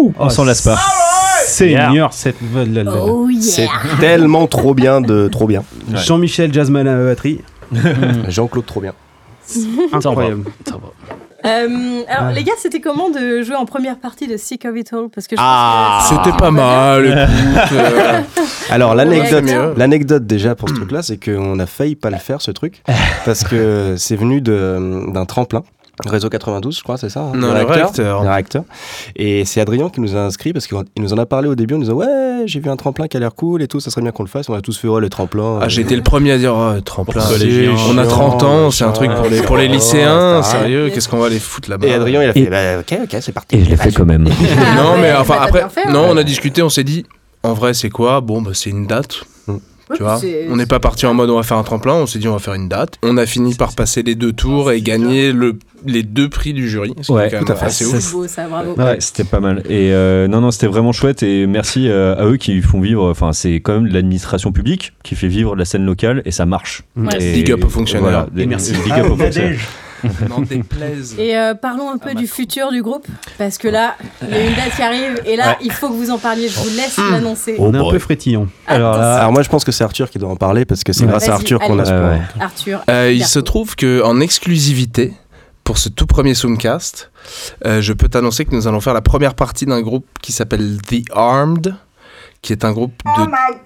Ouh, on s'en lasse pas. Seigneur, cette. Oh yeah. C'est tellement trop bien de trop bien. Ouais. Jean-Michel Jazzman à la batterie. Jean-Claude trop bien. Incroyable. Ça va. Euh, alors, Ah. les gars, c'était comment de jouer en première partie de Sick of It All? Parce que je Ah. pense que C'était pas mal, écoute. euh, Alors l'anecdote, Ouais, l'anecdote déjà pour ce truc-là, c'est qu'on a failli pas le faire ce truc parce que c'est venu de, d'un tremplin. Réseau quatre-vingt-douze, je crois, c'est ça hein, Non, le réacteur. Le réacteur. Et c'est Adrien qui nous a inscrits parce qu'il nous en a parlé au début. On nous a dit ouais, j'ai vu un tremplin qui a l'air cool et tout, ça serait bien qu'on le fasse. On a tous fait ouais, le tremplin. Ah, j'ai été le premier à dire oh, tremplin. Pour collégiens, On a chiant, trente ans, c'est un truc pour les, pour les chiant, lycéens. ça Sérieux, arrête. qu'est-ce qu'on va les foutre là-bas? Et Adrien, il a fait Et- bah, ok, ok, c'est parti. Et je l'ai fait quand même. Ah Non, ouais, mais bah, enfin t'as après, bien fait, non, ouais. on a discuté, on s'est dit, en vrai, c'est quoi? Bon, bah, c'est une date. Ouais, Tu vois, c'est- on n'est pas parti en mode on va faire un tremplin, on s'est dit on va faire une date. On a fini par passer les deux tours et gagner le, les deux prix du jury. Ce qui Ouais, est quand tout même à fait. assez Ça, ouf. C'est beau, ça, bravo. Ouais, c'était pas mal. Et euh, non, non, c'était vraiment chouette. Et merci euh, à eux qui font vivre. Enfin, c'est quand même de l'administration publique qui fait vivre la scène locale et ça marche. Ouais. Et Big up aux fonctionnaires. Voilà, des- Et merci. Big up aux fonctionnaires. N'en déplaise. Et euh, parlons un peu du futur du groupe, parce que là, il y a une date qui arrive, et là, Ouais. il faut que vous en parliez, je vous laisse l'annoncer. On est un peu frétillon. Alors là, Alors moi, je pense que c'est Arthur qui doit en parler parce que c'est Ouais. grâce à Vas-y, Arthur qu'on a ce allez. point. Ouais, Arthur. Euh, il Berthaud. se trouve qu'en exclusivité, pour ce tout premier Zoomcast, euh, je peux t'annoncer que nous allons faire la première partie d'un groupe qui s'appelle The Armed, qui est un groupe de...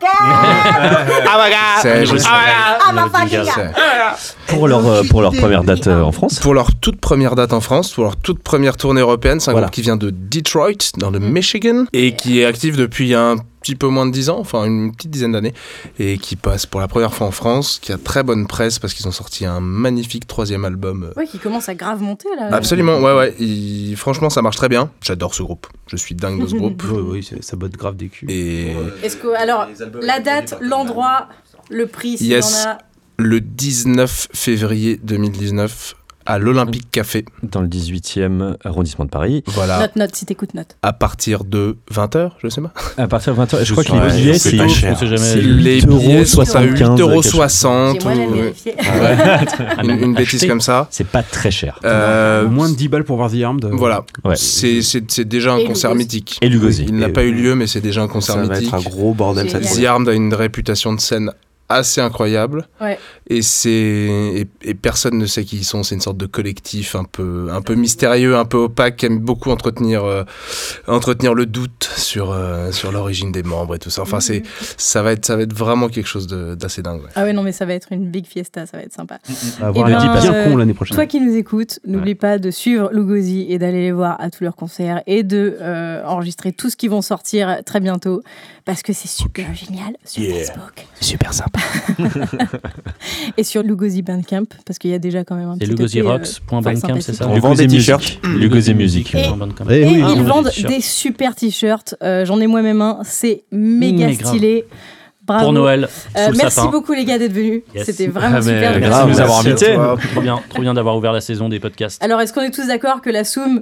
C'est- je sais. C'est- pour leur, euh, pour leur première date euh, en France. Pour leur toute première date en France, pour leur toute première tournée européenne, c'est un Voilà. groupe qui vient de Detroit, dans le Mhm. Michigan, et qui est actif depuis un petit peu moins de dix ans, enfin une petite dizaine d'années, et qui passe pour la première fois en France, qui a très bonne presse parce qu'ils ont sorti un magnifique troisième album. euh, Ouais, qui commence à grave monter, là. Absolument, ouais, ouais. il- Franchement, ça marche très bien. J'adore ce groupe. Je suis dingue de ce groupe. Oui, oui, c'est- ça botte grave des culs. Et Est-ce que, alors, la date, l'endroit, le prix, s'il Yes. y en a. le dix-neuf février deux mille dix-neuf, à l'Olympique Café, Dans le dix-huitième arrondissement de Paris. voilà, Note, note, si t'écoutes, note. à partir de vingt heures, je sais pas. À partir de vingt heures. Je crois que Ouais, les billets, c'est c'est pas cher. On sait jamais. C'est Les huit euros billets sont à soixante-quinze, huit euros quelque chose. soixante. J'ai moi la ou- vérifier. une, une bêtise Acheter. comme ça. C'est pas très cher. Euh, Moins de dix balles pour voir The Armed. euh, Voilà, Ouais. c'est c'est- c'est déjà un Et concert Lugosi. mythique. Et Lugosi. Il n'a Et- pas eu lieu, mais c'est déjà un concert Ça va mythique. être un gros bordel cette Génial. fois. The Armed a une réputation de scène assez incroyable. Ouais. Et c'est et, et personne ne sait qui ils sont. C'est une sorte de collectif un peu un peu mystérieux, un peu opaque, qui aime beaucoup entretenir euh, entretenir le doute sur euh, sur l'origine des membres et tout ça. Enfin, c'est ça va être ça va être vraiment quelque chose de- d'assez dingue. Ouais. Ah ouais, non, mais ça va être une big fiesta, ça va être sympa. On va avoir Eh un ben, type bien euh, con l'année prochaine. Toi qui nous écoutes, n'oublie pas de suivre Lugosi et d'aller les voir à tous leurs concerts et de euh, enregistrer tout ce qui vont sortir très bientôt parce que c'est super génial sur Yeah. Facebook Super sympa. et sur Lugosi Bandcamp parce qu'il y a déjà quand même un C'est petit côté, euh, lugosirocks point bandcamp, fort c'est ça On vend des t-shirts. Lugosi Music. Et- Bandcamp. Eh Et oui, ils on vend vendent des t-shirts. des super t-shirts. Euh, J'en ai moi-même un. C'est méga Mais grave. stylé. Bravo. Pour Noël, Euh, sous le merci sapin. beaucoup les gars d'être venus. Yes. C'était vraiment Ah, mais super. de merci passer de nous un avoir moment. invités. Trop bien, trop bien d'avoir ouvert la saison des podcasts. Alors est-ce qu'on est tous d'accord que la Soum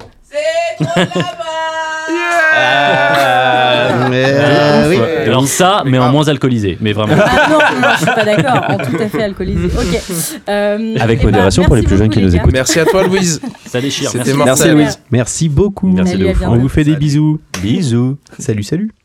Euh, oui. Alors ça, mais en moins alcoolisé, mais vraiment. Ah non, non, je suis pas d'accord. En tout à fait alcoolisé. Ok. Euh, Avec eh ben, modération pour les merci plus jeunes beaucoup, qui les nous gars. écoutent. Merci à toi, Louise. Ça déchire. C'était Merci. mortel. Merci Louise. Merci beaucoup. Merci Salut, de à ouf. bientôt. On vous fait des bisous. Bisous. Salut, salut.